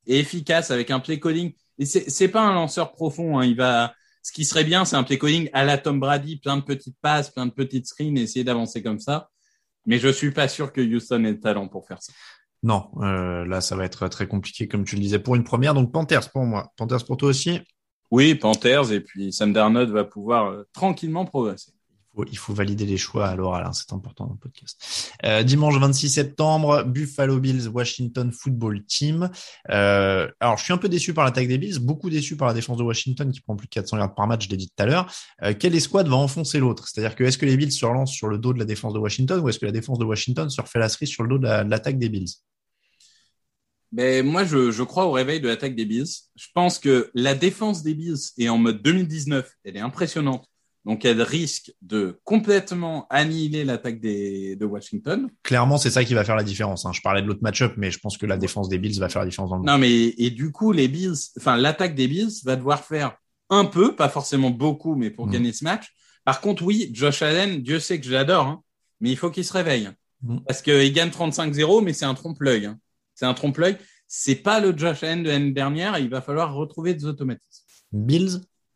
[SPEAKER 8] et efficace avec un play calling. Et c'est pas un lanceur profond. Hein. Ce qui serait bien, c'est un play calling à la Tom Brady, plein de petites passes, plein de petites screens, essayer d'avancer comme ça. Mais je suis pas sûr que Houston ait le talent pour faire ça.
[SPEAKER 7] Non, là, ça va être très compliqué, comme tu le disais, pour une première. Donc, Panthers pour moi. Panthers pour toi aussi?
[SPEAKER 8] Oui, Panthers, et puis Sam Darnold va pouvoir tranquillement progresser.
[SPEAKER 7] Il faut valider les choix à l'oral, hein, c'est important dans le podcast. Dimanche 26 septembre, Buffalo Bills, Washington Football Team. Alors, je suis un peu déçu par l'attaque des Bills, beaucoup déçu par la défense de Washington qui prend plus de 400 yards par match, je l'ai dit tout à l'heure. Quelle escouade va enfoncer l'autre? C'est-à-dire que est-ce que les Bills se relancent sur le dos de la défense de Washington ou est-ce que la défense de Washington se refait la cerise sur le dos de l'attaque des Bills?
[SPEAKER 8] Ben, moi, je crois au réveil de l'attaque des Bills. Je pense que la défense des Bills est en mode 2019. Elle est impressionnante. Donc, elle risque de complètement annihiler l'attaque de Washington.
[SPEAKER 7] Clairement, c'est ça qui va faire la différence. Hein. Je parlais de l'autre match-up, mais je pense que la défense des Bills va faire la différence dans le match.
[SPEAKER 8] Non, mais et du coup, l'attaque des Bills va devoir faire un peu, pas forcément beaucoup, mais pour gagner ce match. Par contre, oui, Josh Allen, Dieu sait que je l'adore, hein, mais il faut qu'il se réveille. Parce qu'il gagne 35-0, mais c'est un trompe-l'œil. Hein. C'est un trompe-l'œil. C'est pas le Josh Allen de l'année dernière. Il va falloir retrouver des automatismes.
[SPEAKER 7] Bills.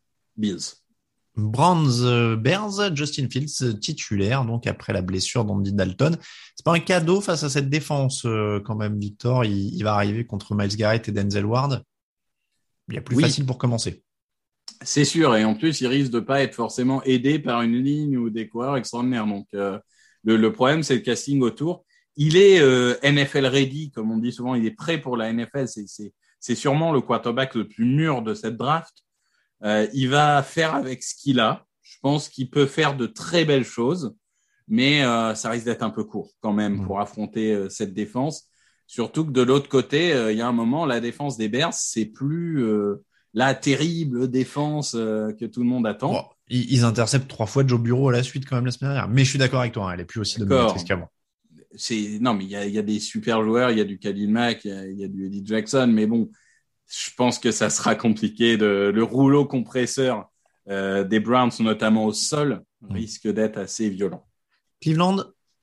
[SPEAKER 7] Browns, Bears, Justin Fields titulaire, donc après la blessure d'Andy Dalton. C'est pas un cadeau face à cette défense, quand même, Victor. Il va arriver contre Myles Garrett et Denzel Ward. Il y a plus facile pour commencer.
[SPEAKER 8] C'est sûr. Et en plus, il risque de pas être forcément aidé par une ligne ou des coureurs extraordinaires. Donc, le problème, c'est le casting autour. Il est NFL ready, comme on dit souvent. Il est prêt pour la NFL. C'est sûrement le quarterback le plus mûr de cette draft. Il va faire avec ce qu'il a. Je pense qu'il peut faire de très belles choses, mais ça risque d'être un peu court quand même pour affronter cette défense. Surtout que de l'autre côté, il y a un moment, la défense des Bears, c'est plus la terrible défense que tout le monde attend.
[SPEAKER 7] Bon, ils interceptent 3 fois Joe Burrow à la suite quand même la semaine dernière. Mais je suis d'accord avec toi, hein, elle est plus aussi dominatrice qu'avant.
[SPEAKER 8] Non, mais il y a des super joueurs, il y a du Khalil Mack, il y a du Eddie Jackson, mais bon. Je pense que ça sera compliqué. Le rouleau compresseur des Browns, notamment au sol, risque d'être assez violent.
[SPEAKER 7] Cleveland.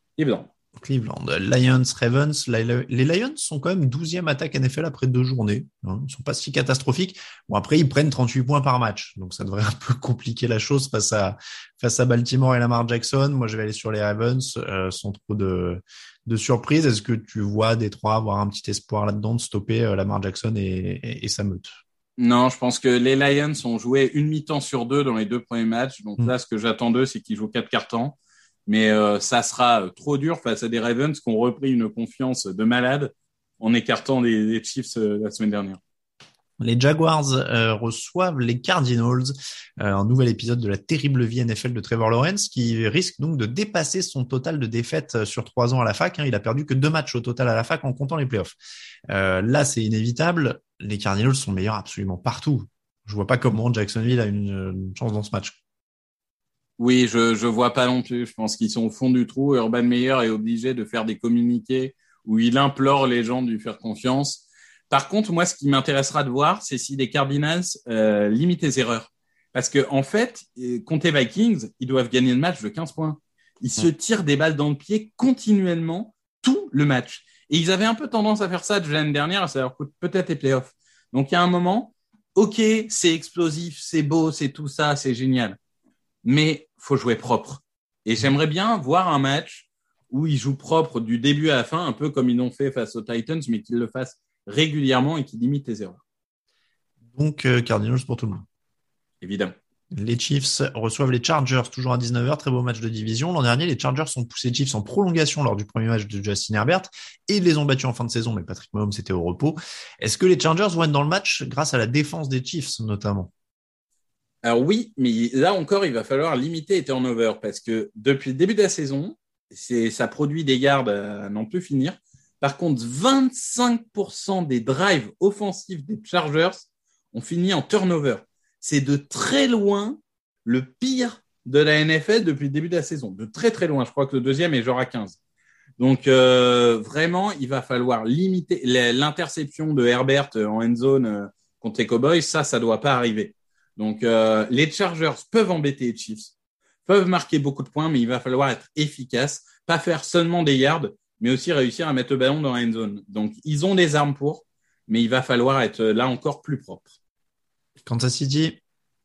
[SPEAKER 7] Lions, Ravens. Les Lions sont quand même 12e attaque NFL après 2 journées. Hein. Ils sont pas si catastrophiques. Bon, après, ils prennent 38 points par match. Donc, ça devrait un peu compliquer la chose face à Baltimore et Lamar Jackson. Moi, je vais aller sur les Ravens, sans trop de surprise. Est-ce que tu vois Détroit avoir un petit espoir là-dedans de stopper Lamar Jackson et sa meute?
[SPEAKER 8] Non, je pense que les Lions ont joué une mi-temps sur 2 dans les 2 premiers matchs. Donc là, ce que j'attends d'eux, c'est qu'ils jouent 4 quarts-temps. Mais ça sera trop dur face à des Ravens qui ont repris une confiance de malade en écartant les Chiefs la semaine dernière.
[SPEAKER 7] Les Jaguars reçoivent les Cardinals, un nouvel épisode de la terrible vie NFL de Trevor Lawrence qui risque donc de dépasser son total de défaites sur 3 ans à la fac. Hein. Il a perdu que 2 matchs au total à la fac en comptant les playoffs. Là, c'est inévitable. Les Cardinals sont meilleurs absolument partout. Je vois pas comment Jacksonville a une chance dans ce match.
[SPEAKER 8] Oui, je vois pas non plus. Je pense qu'ils sont au fond du trou. Urban Meyer est obligé de faire des communiqués où il implore les gens de lui faire confiance. Par contre, moi, ce qui m'intéressera de voir, c'est si les Cardinals limitent les erreurs. Parce que en fait, contre les Vikings, ils doivent gagner le match de 15 points. Ils se tirent des balles dans le pied continuellement tout le match. Et ils avaient un peu tendance à faire ça de l'année dernière. Ça leur coûte peut-être les playoffs. Donc, il y a un moment, OK, c'est explosif, c'est beau, c'est tout ça, c'est génial. Mais faut jouer propre. Et j'aimerais bien voir un match où ils jouent propre du début à la fin, un peu comme ils l'ont fait face aux Titans, mais qu'ils le fassent régulièrement et qu'ils limitent les erreurs.
[SPEAKER 7] Donc, Cardinals pour tout le monde.
[SPEAKER 8] Évidemment.
[SPEAKER 7] Les Chiefs reçoivent les Chargers, toujours à 19h, très beau match de division. L'an dernier, les Chargers ont poussé les Chiefs en prolongation lors du premier match de Justin Herbert et ils les ont battus en fin de saison, mais Patrick Mahomes était au repos. Est-ce que les Chargers vont être dans le match grâce à la défense des Chiefs, notamment?
[SPEAKER 8] Alors oui, mais là encore, il va falloir limiter les turnovers parce que depuis le début de la saison, ça produit des yards à n'en plus finir. Par contre, 25% des drives offensifs des Chargers ont fini en turnover. C'est de très loin le pire de la NFL depuis le début de la saison. De très, très loin. Je crois que le deuxième est genre à 15. Donc, vraiment, il va falloir limiter l'interception de Herbert en end zone contre les Cowboys. Ça doit pas arriver. Donc, les Chargers peuvent embêter les Chiefs, peuvent marquer beaucoup de points, mais il va falloir être efficace, pas faire seulement des yards, mais aussi réussir à mettre le ballon dans la end zone. Donc, ils ont des armes pour, mais il va falloir être là encore plus propre.
[SPEAKER 7] Kansas City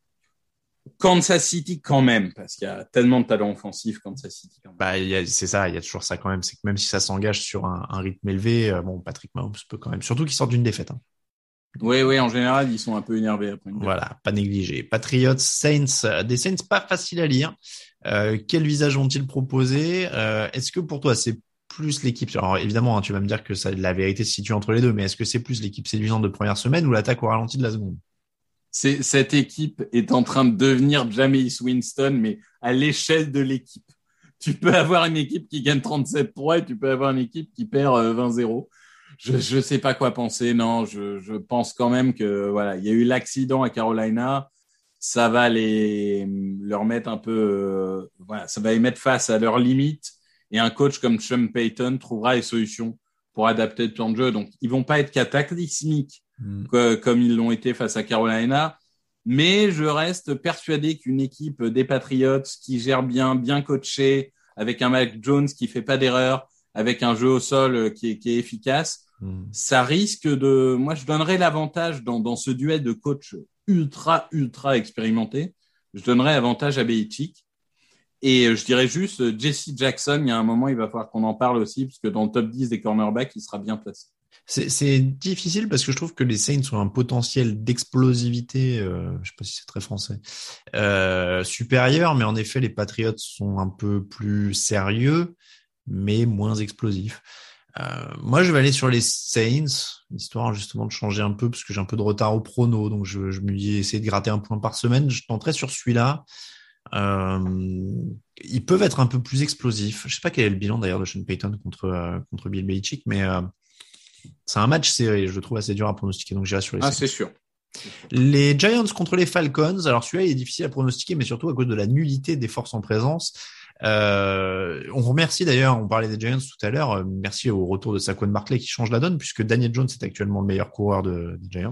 [SPEAKER 8] quand même, parce qu'il y a tellement de talent offensif, Kansas City. Quand même.
[SPEAKER 7] C'est ça, il y a toujours ça quand même. C'est que même si ça s'engage sur un rythme élevé, Patrick Mahomes peut quand même, surtout qu'il sort d'une défaite. Hein.
[SPEAKER 8] Oui, en général, ils sont un peu énervés après.
[SPEAKER 7] Voilà, pas négligé. Patriots, Saints, des Saints pas faciles à lire. Quel visage vont-ils proposer? Est-ce que pour toi, c'est plus l'équipe, alors évidemment, hein, tu vas me dire que la vérité se situe entre les deux, mais est-ce que c'est plus l'équipe séduisante de première semaine ou l'attaque au ralenti de la seconde?
[SPEAKER 8] Cette équipe est en train de devenir Jameis Winston, mais à l'échelle de l'équipe. Tu peux avoir une équipe qui gagne 37-3 et tu peux avoir une équipe qui perd 20-0. Je sais pas quoi penser. Non, je pense quand même que voilà, il y a eu l'accident à Carolina. Ça va leur mettre un peu, ça va les mettre face à leurs limites. Et un coach comme Sean Payton trouvera les solutions pour adapter le plan de jeu. Donc, ils vont pas être cataclysmiques comme ils l'ont été face à Carolina. Mais je reste persuadé qu'une équipe des Patriots qui gère bien coachée, avec un Mac Jones qui fait pas d'erreur, avec un jeu au sol qui est efficace, ça risque de... Moi, je donnerais l'avantage dans ce duel de coach ultra expérimenté. Je donnerais l'avantage à Belichick. Et je dirais juste, Jesse Jackson, il y a un moment, il va falloir qu'on en parle aussi, parce que dans le top 10 des cornerbacks, il sera bien placé.
[SPEAKER 7] C'est difficile parce que je trouve que les Saints ont un potentiel d'explosivité, je sais pas si c'est très français, supérieur, mais en effet, les Patriots sont un peu plus sérieux, mais moins explosifs. Moi, je vais aller sur les Saints, histoire justement de changer un peu, parce que j'ai un peu de retard au prono, donc je me dis essayer de gratter un point par semaine. Je tenterai sur celui-là. Ils peuvent être un peu plus explosifs. Je sais pas quel est le bilan d'ailleurs de Sean Payton contre Bill Belichick, mais c'est un match serré, je le trouve assez dur à pronostiquer, donc j'irai sur les Saints.
[SPEAKER 8] C'est sûr.
[SPEAKER 7] Les Giants contre les Falcons. Alors celui-là, il est difficile à pronostiquer, mais surtout à cause de la nullité des forces en présence. On remercie d'ailleurs, on parlait des Giants tout à l'heure, merci au retour de Saquon Barkley qui change la donne, puisque Daniel Jones est actuellement le meilleur coureur des Giants.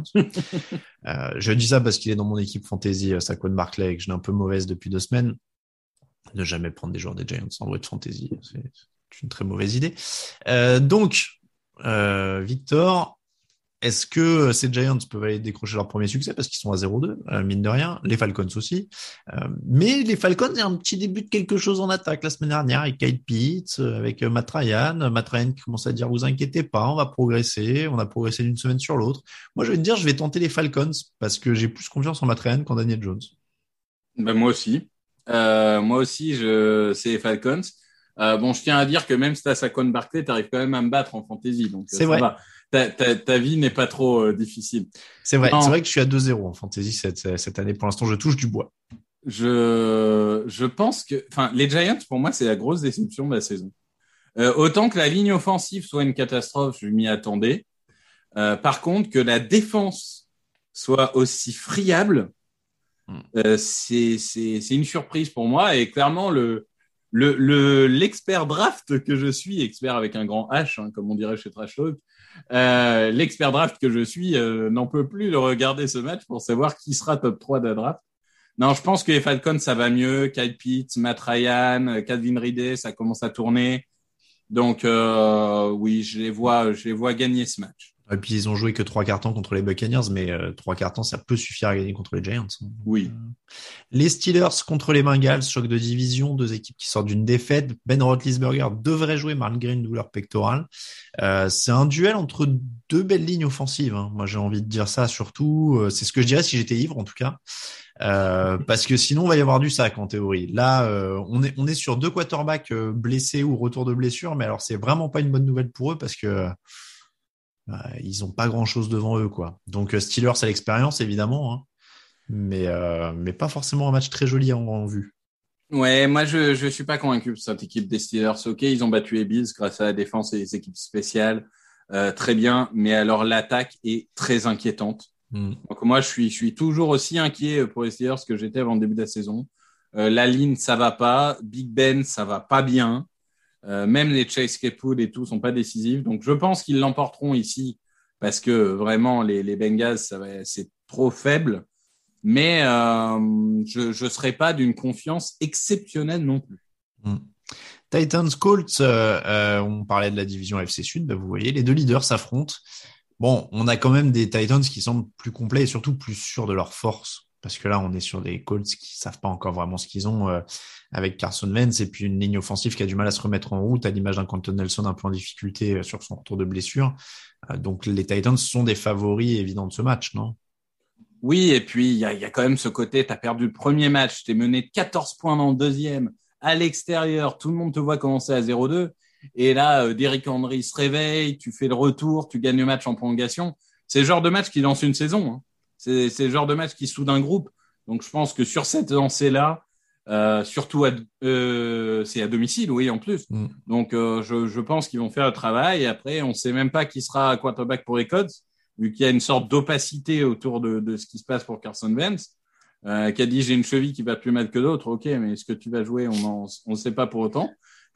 [SPEAKER 7] Je dis ça parce qu'il est dans mon équipe fantasy, Saquon Barkley, et que je l'ai un peu mauvaise depuis 2 semaines. Ne jamais prendre des joueurs des Giants en vrai de fantasy, c'est une très mauvaise idée. Donc, Victor, est-ce que ces Giants peuvent aller décrocher leur premier succès parce qu'ils sont à 0-2, mine de rien, les Falcons aussi. Mais les Falcons, il y a un petit début de quelque chose en attaque la semaine dernière avec Kyle Pitts, avec Matt Ryan qui commence à dire vous inquiétez pas, on va progresser, on a progressé d'une semaine sur l'autre. Moi, je vais te dire, je vais tenter les Falcons parce que j'ai plus confiance en Matt Ryan qu'en Daniel Jones.
[SPEAKER 8] Moi aussi. C'est les Falcons. Je tiens à dire que même si t'as Saquon Barkley, t'arrives quand même à me battre en fantasy. Donc,
[SPEAKER 7] c'est vrai.
[SPEAKER 8] Va. Ta vie n'est pas trop difficile.
[SPEAKER 7] C'est vrai. C'est vrai que je suis à 2-0 en fantasy cette année. Pour l'instant, je touche du bois.
[SPEAKER 8] Je pense que, les Giants, pour moi, c'est la grosse déception de la saison. Autant que la ligne offensive soit une catastrophe, je m'y attendais. Par contre, que la défense soit aussi friable, c'est une surprise pour moi. Et clairement, l'expert draft que je suis, expert avec un grand H, hein, comme on dirait chez Trash Talk, l'expert draft que je suis n'en peut plus de regarder ce match pour savoir qui sera top 3 de la draft. Non, je pense que les Falcons, ça va mieux. Kyle Pitts, Matt Ryan, Calvin Ridley, ça commence à tourner. Donc, oui, je les vois gagner ce match.
[SPEAKER 7] Et puis, ils ont joué que 3 quarts-temps contre les Buccaneers, mais 3 quarts-temps, ça peut suffire à gagner contre les Giants.
[SPEAKER 8] Oui.
[SPEAKER 7] Les Steelers contre les Bengals, choc de division, 2 équipes qui sortent d'une défaite. Ben Roethlisberger devrait jouer malgré une douleur pectorale. C'est un duel entre 2 belles lignes offensives. Hein. Moi, j'ai envie de dire ça surtout. C'est ce que je dirais si j'étais ivre, en tout cas. Parce que sinon, il va y avoir du sac en théorie. Là, on est sur 2 quarterbacks blessés ou retour de blessure, mais alors c'est vraiment pas une bonne nouvelle pour eux parce que ils ont pas grand chose devant eux, quoi. Donc Steelers a l'expérience évidemment, hein, mais pas forcément un match très joli en vue.
[SPEAKER 8] Ouais, moi je suis pas convaincu de cette équipe des Steelers. Ok, ils ont battu les Bills grâce à la défense et les équipes spéciales, très bien. Mais alors l'attaque est très inquiétante. Donc moi je suis toujours aussi inquiet pour les Steelers que j'étais avant le début de la saison. La ligne ça va pas, Big Ben ça va pas bien. Même les Chase Claypool et tout sont pas décisifs. Donc, je pense qu'ils l'emporteront ici parce que vraiment, les Bengals, c'est trop faible. Mais je serai pas d'une confiance exceptionnelle non plus.
[SPEAKER 7] Titans, Colts, on parlait de la division AFC Sud. Vous voyez, les 2 leaders s'affrontent. Bon, on a quand même des Titans qui semblent plus complets et surtout plus sûrs de leur force. Parce que là, on est sur des Colts qui savent pas encore vraiment ce qu'ils ont avec Carson Wentz et puis une ligne offensive qui a du mal à se remettre en route à l'image d'un Quentin Nelson un peu en difficulté sur son retour de blessure. Donc les Titans sont des favoris évidents de ce match, non?
[SPEAKER 8] Oui, et puis il y a quand même ce côté, tu as perdu le premier match, tu es mené de 14 points dans le deuxième, à l'extérieur, tout le monde te voit commencer à 0-2. Et là, Derrick Henry se réveille, tu fais le retour, tu gagnes le match en prolongation. C'est le genre de match qui lance une saison, hein. C'est le genre de match qui soude un groupe. Donc, je pense que sur cette lancée-là, surtout c'est à domicile, oui, en plus. Donc, je pense qu'ils vont faire le travail. Et après, on sait même pas qui sera quarterback pour les Colts, vu qu'il y a une sorte d'opacité autour de ce qui se passe pour Carson Wentz, qui a dit j'ai une cheville qui va plus mal que d'autres. Ok, mais est-ce que tu vas jouer? On ne sait pas pour autant.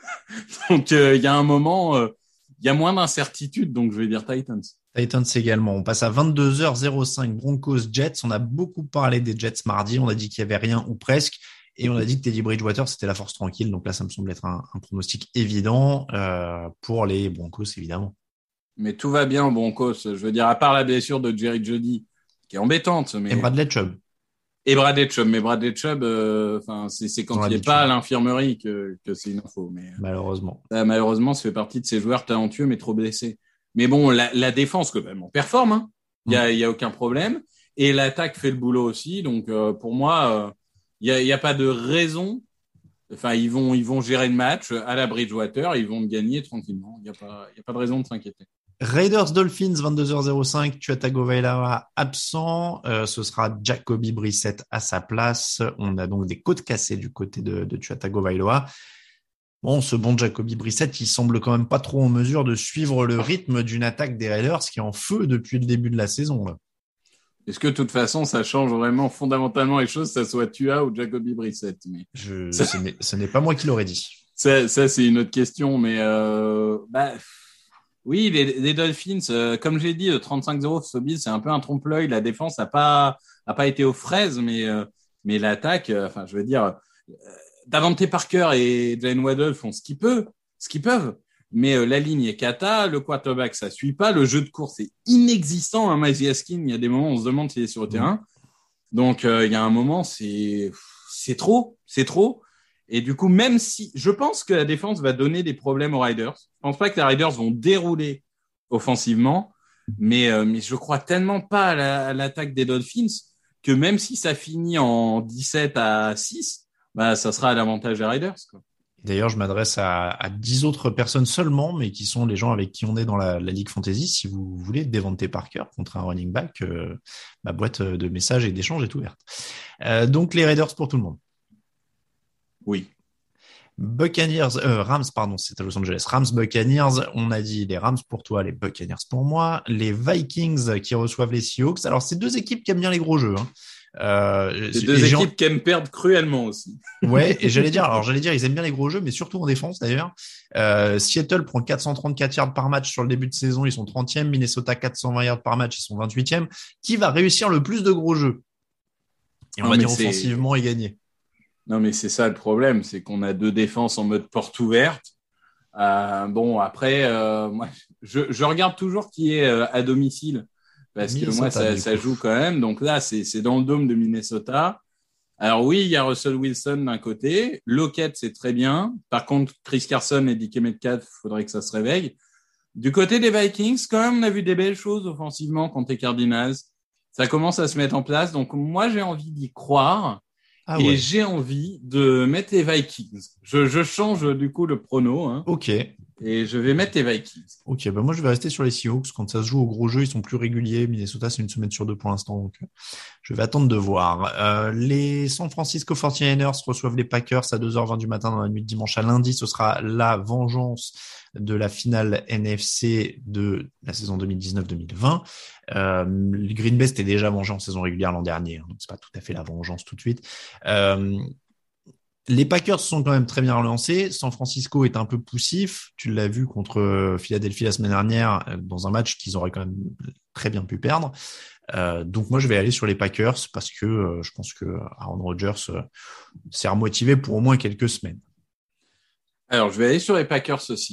[SPEAKER 8] Donc, il y a un moment, il y a moins d'incertitude. Donc, je vais dire Titans.
[SPEAKER 7] Titans également. On passe à 22h05, Broncos-Jets. On a beaucoup parlé des Jets mardi. On a dit qu'il y avait rien ou presque. Et on a dit que Teddy Bridgewater, c'était la force tranquille. Donc là, ça me semble être un pronostic évident pour les Broncos, évidemment.
[SPEAKER 8] Mais tout va bien aux Broncos. Je veux dire, à part la blessure de Jerry Jeudy, qui est embêtante. Mais...
[SPEAKER 7] Et Bradley Chubb.
[SPEAKER 8] Mais Bradley Chubb, c'est quand il n'est pas à l'infirmerie que c'est une info. Mais,
[SPEAKER 7] malheureusement.
[SPEAKER 8] Malheureusement, ça fait partie de ces joueurs talentueux, mais trop blessés. Mais bon, la défense, globalement, performe. Hein. Il y a aucun problème. Et l'attaque fait le boulot aussi. Donc, pour moi, il y a pas de raison. Enfin, ils vont gérer le match à la Bridgewater. Ils vont le gagner tranquillement. Il y a pas de raison de s'inquiéter.
[SPEAKER 7] Raiders Dolphins 22h05, Tua Tagovailoa absent, ce sera Jacoby Brissett à sa place. On a donc des côtes cassées du côté de Tua Tagovailoa. Bon, ce bon Jacoby Brissett, il semble quand même pas trop en mesure de suivre le rythme d'une attaque des Raiders qui est en feu depuis le début de la saison, là.
[SPEAKER 8] Est-ce que de toute façon, ça change vraiment fondamentalement les choses, que ça soit Tua ou Jacoby Brissett? Mais
[SPEAKER 7] ce n'est pas moi qui l'aurais dit.
[SPEAKER 8] Ça, c'est une autre question, mais oui, les Dolphins, comme j'ai dit, 35-0 Sobiz, c'est un peu un trompe-l'œil. La défense a pas été aux fraises, mais l'attaque, je veux dire, Davante Parker et Jalen Waddle font ce qu'ils peuvent. Mais la ligne est cata, le quarterback ça suit pas, le jeu de course est inexistant. Miles Gaskin, il y a des moments où on se demande s'il est sur le terrain. Donc il y a un moment, c'est trop. Et du coup, même si je pense que la défense va donner des problèmes aux Riders, je pense pas que les Riders vont dérouler offensivement, mais je crois tellement pas à l'attaque des Dolphins que même si ça finit en 17-6, ça sera à l'avantage des Riders, quoi.
[SPEAKER 7] D'ailleurs, je m'adresse à 10 autres personnes seulement, mais qui sont les gens avec qui on est dans la Ligue Fantasy. Si vous voulez Devante Parker contre un running back, ma boîte de messages et d'échanges est ouverte. Donc, les Raiders pour tout le monde.
[SPEAKER 8] Oui.
[SPEAKER 7] Rams, c'est à Los Angeles. Rams, Buccaneers, on a dit les Rams pour toi, les Buccaneers pour moi. Les Vikings qui reçoivent les Seahawks. Alors, c'est deux équipes qui aiment bien les gros jeux, hein.
[SPEAKER 8] C'est deux équipes qui aiment perdre cruellement aussi.
[SPEAKER 7] Ouais, et j'allais dire, ils aiment bien les gros jeux, mais surtout en défense d'ailleurs. Seattle prend 434 yards par match sur le début de saison, ils sont 30e. Minnesota 420 yards par match, ils sont 28e. Qui va réussir le plus de gros jeux? Et on va dire offensivement et gagner.
[SPEAKER 8] Non, mais c'est ça le problème, c'est qu'on a deux défenses en mode porte ouverte. Après, moi, je regarde toujours qui est à domicile. Parce que moi, ça joue quand même. Donc là, c'est dans le dôme de Minnesota. Alors oui, il y a Russell Wilson d'un côté. Lockett, c'est très bien. Par contre, Chris Carson et DK Metcalf, il faudrait que ça se réveille. Du côté des Vikings, quand même, on a vu des belles choses offensivement contre les Cardinals. Ça commence à se mettre en place. Donc moi, j'ai envie d'y croire. Et j'ai envie de mettre les Vikings. Je change du coup le prono. Hein.
[SPEAKER 7] Ok.
[SPEAKER 8] Et je vais mettre les Vikings.
[SPEAKER 7] Ok, moi je vais rester sur les Seahawks. Quand ça se joue au gros jeu, ils sont plus réguliers. Minnesota, c'est une semaine sur deux pour l'instant. Donc je vais attendre de voir. Les San Francisco 49ers reçoivent les Packers à 2h20 du matin dans la nuit de dimanche à lundi. Ce sera la vengeance de la finale NFC de la saison 2019-2020. Le Green Bay était déjà vengé en saison régulière l'an dernier, donc c'est pas tout à fait la vengeance tout de suite. Les Packers sont quand même très bien relancés. San Francisco est un peu poussif. Tu l'as vu contre Philadelphie la semaine dernière dans un match qu'ils auraient quand même très bien pu perdre. Donc moi je vais aller sur les Packers parce que je pense que Aaron Rodgers s'est remotivé pour au moins quelques semaines.
[SPEAKER 8] Alors je vais aller sur les Packers aussi.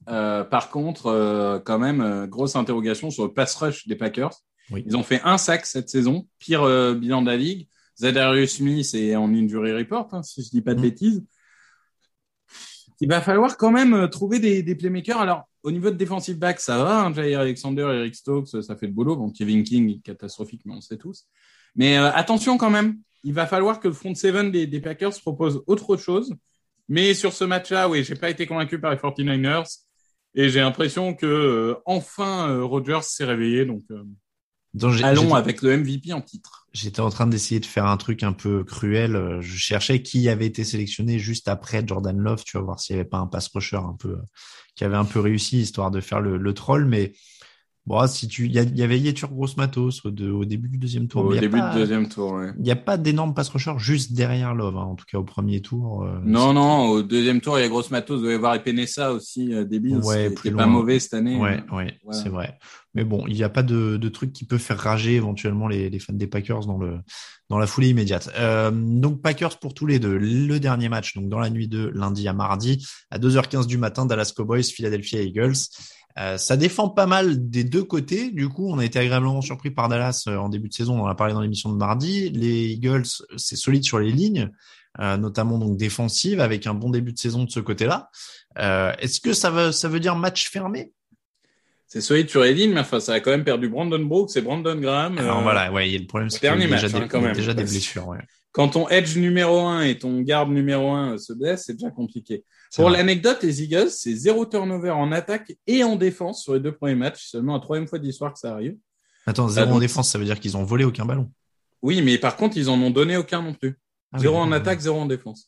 [SPEAKER 8] Par contre, quand même, grosse interrogation sur le pass rush des Packers.
[SPEAKER 7] Oui.
[SPEAKER 8] Ils ont fait un sac cette saison, pire bilan de la ligue. Zadarius Smith est en injury report, si je dis pas de bêtises. Il va falloir quand même trouver des playmakers. Alors, au niveau de defensive back, ça va. Jair Alexander, Eric Stokes, ça fait le boulot. Bon, Kevin King, catastrophique, mais on le sait tous. Mais attention quand même. Il va falloir que le front seven des Packers propose autre chose. Mais sur ce match-là, oui, j'ai pas été convaincu par les 49ers. Et j'ai l'impression que enfin Rodgers s'est réveillé. Donc allons avec le MVP en titre.
[SPEAKER 7] J'étais en train d'essayer de faire un truc un peu cruel. Je cherchais qui avait été sélectionné juste après Jordan Love. Tu vas voir s'il n'y avait pas un pass rusher un peu qui avait un peu réussi, histoire de faire le troll. Mais bon, il y avait Yetur Gross-Matos au début du deuxième tour.
[SPEAKER 8] Deuxième tour, ouais.
[SPEAKER 7] Il n'y a pas d'énorme pass rusher juste derrière Love, en tout cas au premier tour.
[SPEAKER 8] Non, au deuxième tour, il y a Gross-Matos, il doit y avoir Epenesa aussi, débile.
[SPEAKER 7] Ouais,
[SPEAKER 8] c'est pas mauvais cette année.
[SPEAKER 7] Ouais, voilà. C'est vrai. Mais bon, il n'y a pas de truc qui peut faire rager éventuellement les fans des Packers dans la foulée immédiate. Donc Packers pour tous les deux. Le dernier match, donc dans la nuit de lundi à mardi, à 2h15 du matin, Dallas Cowboys, Philadelphia Eagles. Ça défend pas mal des deux côtés. Du coup, on a été agréablement surpris par Dallas en début de saison. On en a parlé dans l'émission de mardi. Les Eagles, c'est solide sur les lignes, notamment donc défensive, avec un bon début de saison de ce côté-là. Est-ce que ça veut dire match fermé?
[SPEAKER 8] C'est solide sur les lignes, mais enfin, ça a quand même perdu Brandon Brooks et Brandon Graham.
[SPEAKER 7] Alors voilà, ouais, le problème, c'est qu'il y a déjà des blessures. Ouais.
[SPEAKER 8] Quand ton edge numéro 1 et ton garde numéro 1 se blessent, c'est déjà compliqué. Pour l'anecdote, les Eagles, c'est 0 turnover en attaque et en défense sur les deux premiers matchs. Seulement la troisième fois de l'histoire que ça arrive.
[SPEAKER 7] Attends, 0 en défense, ça veut dire qu'ils ont volé aucun ballon.
[SPEAKER 8] Oui, mais par contre, ils en ont donné aucun non plus. 0 en attaque, 0 en défense.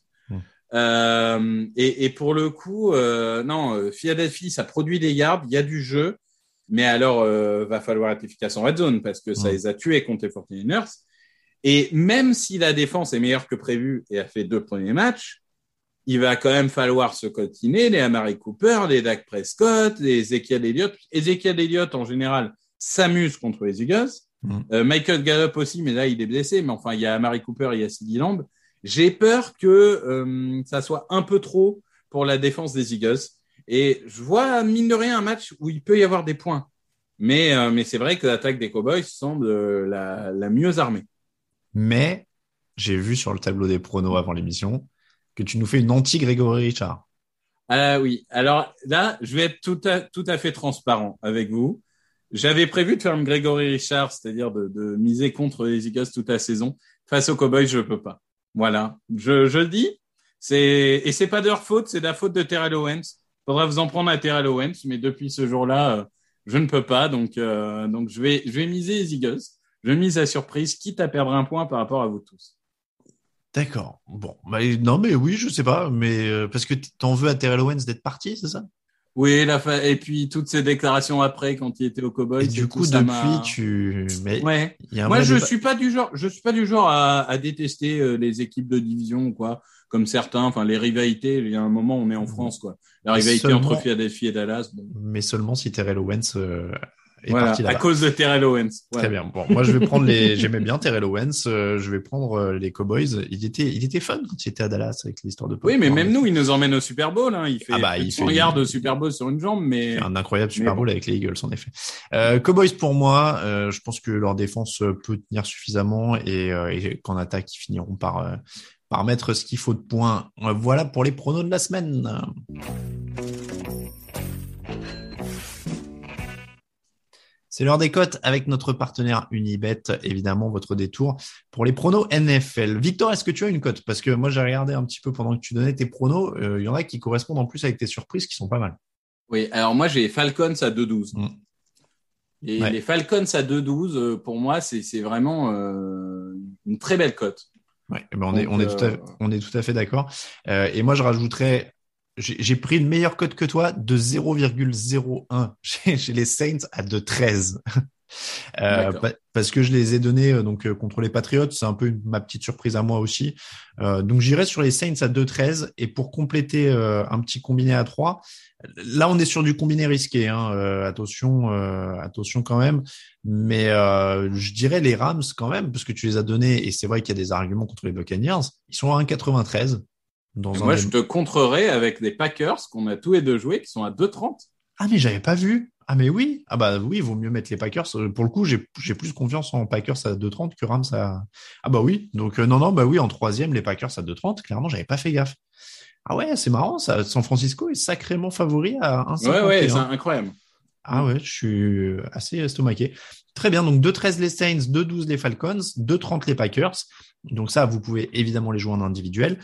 [SPEAKER 8] Et pour le coup, non, Philadelphie, ça produit des yards, il y a du jeu. Mais alors, va falloir être efficace en red zone parce que ça les a tués contre les 49ers. Et même si la défense est meilleure que prévu et a fait 2 premiers matchs, il va quand même falloir se coltiner les Amari Cooper, les Dak Prescott, les Ezekiel Elliott. Ezekiel Elliott, en général, s'amuse contre les Eagles. Michael Gallup aussi, mais là, il est blessé. Mais enfin, il y a Amari Cooper, il y a CeeDee Lamb. J'ai peur que ça soit un peu trop pour la défense des Eagles. Et je vois, mine de rien, un match où il peut y avoir des points. Mais c'est vrai que l'attaque des Cowboys semble la mieux armée.
[SPEAKER 7] Mais j'ai vu sur le tableau des pronos avant l'émission que tu nous fais une anti-Grégory Richard.
[SPEAKER 8] Oui. Alors là, je vais être tout à fait transparent avec vous. J'avais prévu de faire un Grégory Richard, c'est-à-dire de miser contre les Eagles toute la saison. Face aux Cowboys, je peux pas. Voilà. Je le dis. Et c'est pas de leur faute, c'est de la faute de Terrell Owens. Faudra vous en prendre à Terrell Owens, mais depuis ce jour-là, je ne peux pas. Donc je vais miser les Eagles. Je mise la surprise, quitte à perdre un point par rapport à vous tous.
[SPEAKER 7] D'accord. Bon, non, mais oui, je sais pas, mais parce que t'en veux à Terrell Owens d'être parti, c'est ça?
[SPEAKER 8] Oui, et puis toutes ces déclarations après quand il était au Cowboys.
[SPEAKER 7] Et du coup, depuis,
[SPEAKER 8] ouais. Moi, je suis pas du genre à détester les équipes de division ou quoi, comme certains. Enfin, les rivalités. Il y a un moment, on est en France, quoi. La rivalité entre Philadelphie et Dallas. Bon.
[SPEAKER 7] Mais seulement si Terrell Owens est
[SPEAKER 8] voilà,
[SPEAKER 7] parti là-bas.
[SPEAKER 8] à cause de Terrell Owens.
[SPEAKER 7] Très bien. Bon, moi, je vais prendre j'aimais bien Terrell Owens. Je vais prendre les Cowboys. Il était fun quand il était à Dallas avec l'histoire de.
[SPEAKER 8] Oui, mais même nous, il nous emmène au Super Bowl. Hein. Il fait 100 yards de Super Bowl sur une jambe, mais.
[SPEAKER 7] Il fait un incroyable Super Bowl avec les Eagles, en effet. Cowboys pour moi. Je pense que leur défense peut tenir suffisamment et qu'en attaque, ils finiront par mettre ce qu'il faut de points. Voilà pour les pronos de la semaine. C'est l'heure des cotes avec notre partenaire Unibet, évidemment, votre détour pour les pronos NFL. Victor, est-ce que tu as une cote? Parce que moi, j'ai regardé un petit peu pendant que tu donnais tes pronos. Il y en a qui correspondent en plus avec tes surprises qui sont pas mal.
[SPEAKER 8] Oui, alors moi, j'ai Falcons à 2-12. Et les Falcons à 2-12, pour moi, c'est vraiment une très belle cote.
[SPEAKER 7] Ouais, ben on est tout à fait d'accord. Et moi, je rajouterais, j'ai pris une meilleure cote que toi de 0,01 chez les Saints à 2,13. Parce que je les ai donnés contre les Patriots, c'est un peu ma petite surprise à moi aussi. Donc j'irai sur les Saints à 2,13 et pour compléter un petit combiné à 3. Là on est sur du combiné risqué, attention quand même. Mais je dirais les Rams quand même parce que tu les as donnés et c'est vrai qu'il y a des arguments contre les Buccaneers. Ils sont à 1,93.
[SPEAKER 8] Moi, je te contrerai avec des Packers qu'on a tous les deux joués qui sont à 2,30.
[SPEAKER 7] Ah, mais j'avais pas vu. Ah, mais oui. Ah, bah oui, il vaut mieux mettre les Packers. Pour le coup, j'ai plus confiance en Packers à 2,30 que Rams à. Ah, bah oui. Donc, non, bah oui, en troisième, les Packers à 2,30. Clairement, j'avais pas fait gaffe. Ah, ouais, c'est marrant, ça. San Francisco est sacrément favori à 1,51.
[SPEAKER 8] Ouais, c'est incroyable.
[SPEAKER 7] Ah ouais, je suis assez estomaqué. Très bien, donc 2,13 les Saints, 2,12 les Falcons, 2,30 les Packers. Donc ça, vous pouvez évidemment les jouer en individuel.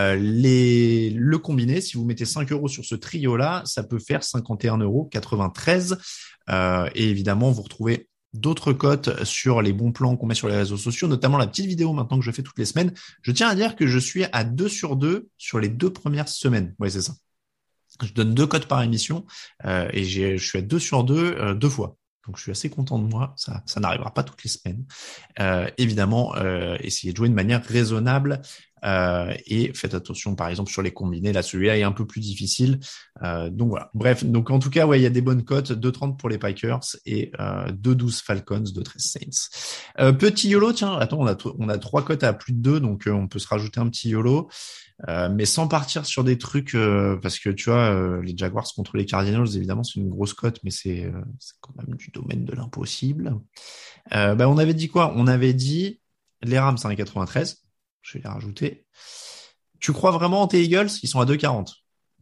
[SPEAKER 7] Le combiné, si vous mettez 5 € sur ce trio-là, ça peut faire 51,93 €. Et évidemment, vous retrouvez d'autres cotes sur les bons plans qu'on met sur les réseaux sociaux, notamment la petite vidéo maintenant que je fais toutes les semaines. Je tiens à dire que je suis à 2 sur 2 sur les 2 premières semaines. Ouais, c'est ça. Je donne 2 cotes par émission et je suis à 2 sur 2 2 fois. Donc, je suis assez content de moi. Ça n'arrivera pas toutes les semaines. Évidemment, essayez de jouer de manière raisonnable et faites attention, par exemple, sur les combinés. Là, celui-là est un peu plus difficile. Donc, voilà. Bref, donc en tout cas, ouais, il y a des bonnes cotes. 2,30 pour les Packers et 2,12 Falcons, 2,13 Saints. Petit YOLO, tiens, attends, on a 3 cotes à plus de 2, donc on peut se rajouter un petit YOLO. Mais sans partir sur des trucs parce que tu vois les Jaguars contre les Cardinals, évidemment c'est une grosse cote, mais c'est quand même du domaine de l'impossible. On avait dit quoi? On avait dit les Rams à 1,93. Je vais les rajouter. Tu crois vraiment en tes Eagles? Ils sont à 2,40.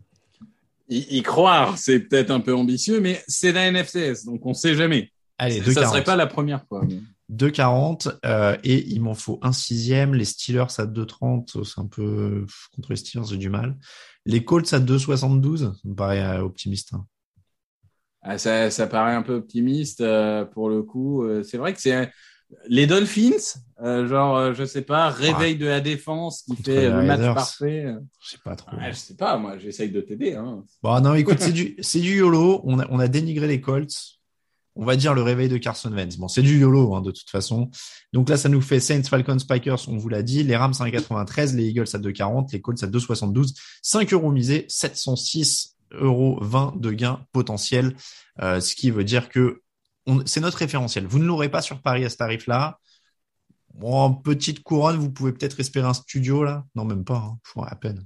[SPEAKER 8] Y croire, c'est peut-être un peu ambitieux, mais c'est la NFCS, donc on sait jamais.
[SPEAKER 7] Allez,
[SPEAKER 8] 2,40. Ça serait pas la première fois. Mais...
[SPEAKER 7] 2,40 et il m'en faut un 6e. Les Steelers à 2,30, c'est un peu contre les Steelers, j'ai du mal. Les Colts à 2,72, ça me paraît optimiste. Hein.
[SPEAKER 8] Ah, ça paraît un peu optimiste pour le coup. C'est vrai que c'est les Dolphins, je sais pas, réveil de la défense qui fait le match parfait.
[SPEAKER 7] Je sais pas trop.
[SPEAKER 8] Je sais pas, moi j'essaye de t'aider. Hein.
[SPEAKER 7] Bon non, écoute, c'est du YOLO. On a dénigré les Colts. On va dire le réveil de Carson Wentz. Bon, c'est du YOLO hein, de toute façon. Donc là, ça nous fait Saints, Falcons, Packers, on vous l'a dit. Les Rams à 1,93, les Eagles à 2,40, les Colts à 2,72. 5 € misés, 706,20 € de gain potentiel. Ce qui veut dire que c'est notre référentiel. Vous ne l'aurez pas sur Paris à ce tarif-là. Bon, en petite couronne, vous pouvez peut-être espérer un studio là. Non, même pas. Hein. Je vois à peine.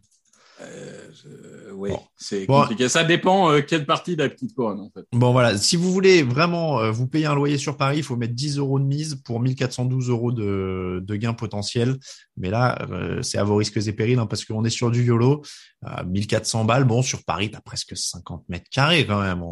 [SPEAKER 8] Oui, bon. C'est compliqué. Ça dépend quelle partie de la petite couronne, en fait.
[SPEAKER 7] Bon, voilà. Si vous voulez vraiment vous payer un loyer sur Paris, il faut mettre 10 € de mise pour 1412 € de gain potentiel. Mais là, c'est à vos risques et périls, hein, parce qu'on est sur du YOLO. 1400 balles. Bon, sur Paris, t'as presque 50 mètres carrés quand même.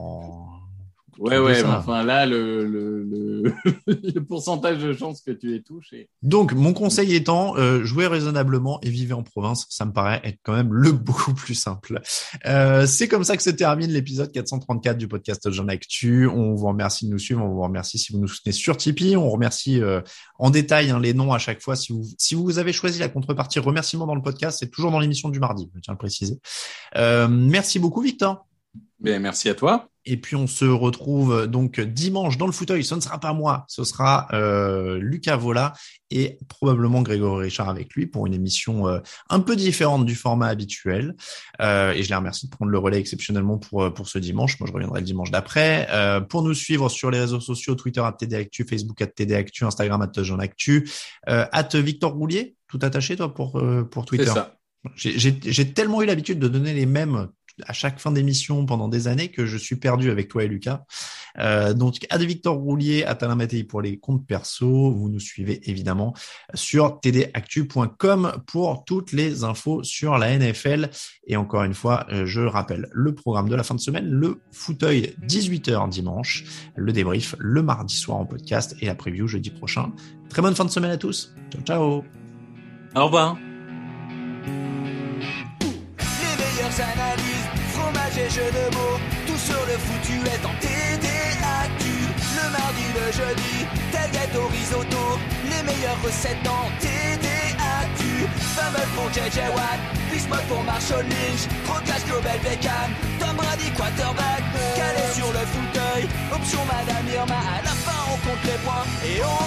[SPEAKER 8] Ouais, mais enfin là, le pourcentage de chances que tu les touches.
[SPEAKER 7] Donc, mon conseil étant, jouez raisonnablement et vivez en province. Ça me paraît être quand même le beaucoup plus simple. C'est comme ça que se termine l'épisode 434 du podcast Jean Actu. On vous remercie de nous suivre. On vous remercie si vous nous soutenez sur Tipeee. On remercie en détail les noms à chaque fois. Si vous avez choisi la contrepartie remerciement dans le podcast, c'est toujours dans l'émission du mardi. Je tiens à le préciser. Merci beaucoup, Victor.
[SPEAKER 8] Bien, merci à toi.
[SPEAKER 7] Et puis, on se retrouve donc dimanche dans le fauteuil. Ce ne sera pas moi, ce sera Lucas Vola et probablement Grégory Richard avec lui pour une émission un peu différente du format habituel. Et je les remercie de prendre le relais exceptionnellement pour ce dimanche. Moi, je reviendrai le dimanche d'après. Pour nous suivre sur les réseaux sociaux, Twitter @TDActu, Facebook @TDActu, Instagram @JeanActu, @Victor Roulier, tout attaché toi pour Twitter.
[SPEAKER 8] C'est ça.
[SPEAKER 7] J'ai tellement eu l'habitude de donner les mêmes à chaque fin d'émission pendant des années que je suis perdu avec toi et Lucas. Donc, @Victor Roulier, @Alain Mattei pour les comptes perso. Vous nous suivez évidemment sur tdactu.com pour toutes les infos sur la NFL. Et encore une fois, je rappelle le programme de la fin de semaine, le fauteuil 18h dimanche, le débrief le mardi soir en podcast et la preview jeudi prochain. Très bonne fin de semaine à tous. Ciao, ciao.
[SPEAKER 8] Au revoir.
[SPEAKER 12] Analyse, fromage et jeux de mots, tout sur le foutu est en TDActu. Le mardi, le jeudi, tailgate au risotto, les meilleures recettes en TDActu. Fumble pour JJ Watt, Bismuth pour Marshall Lynch, Rocage Global Beckham, Tom Brady quarterback, calé sur le fauteuil, option Madame Irma, à la fin on compte les points et on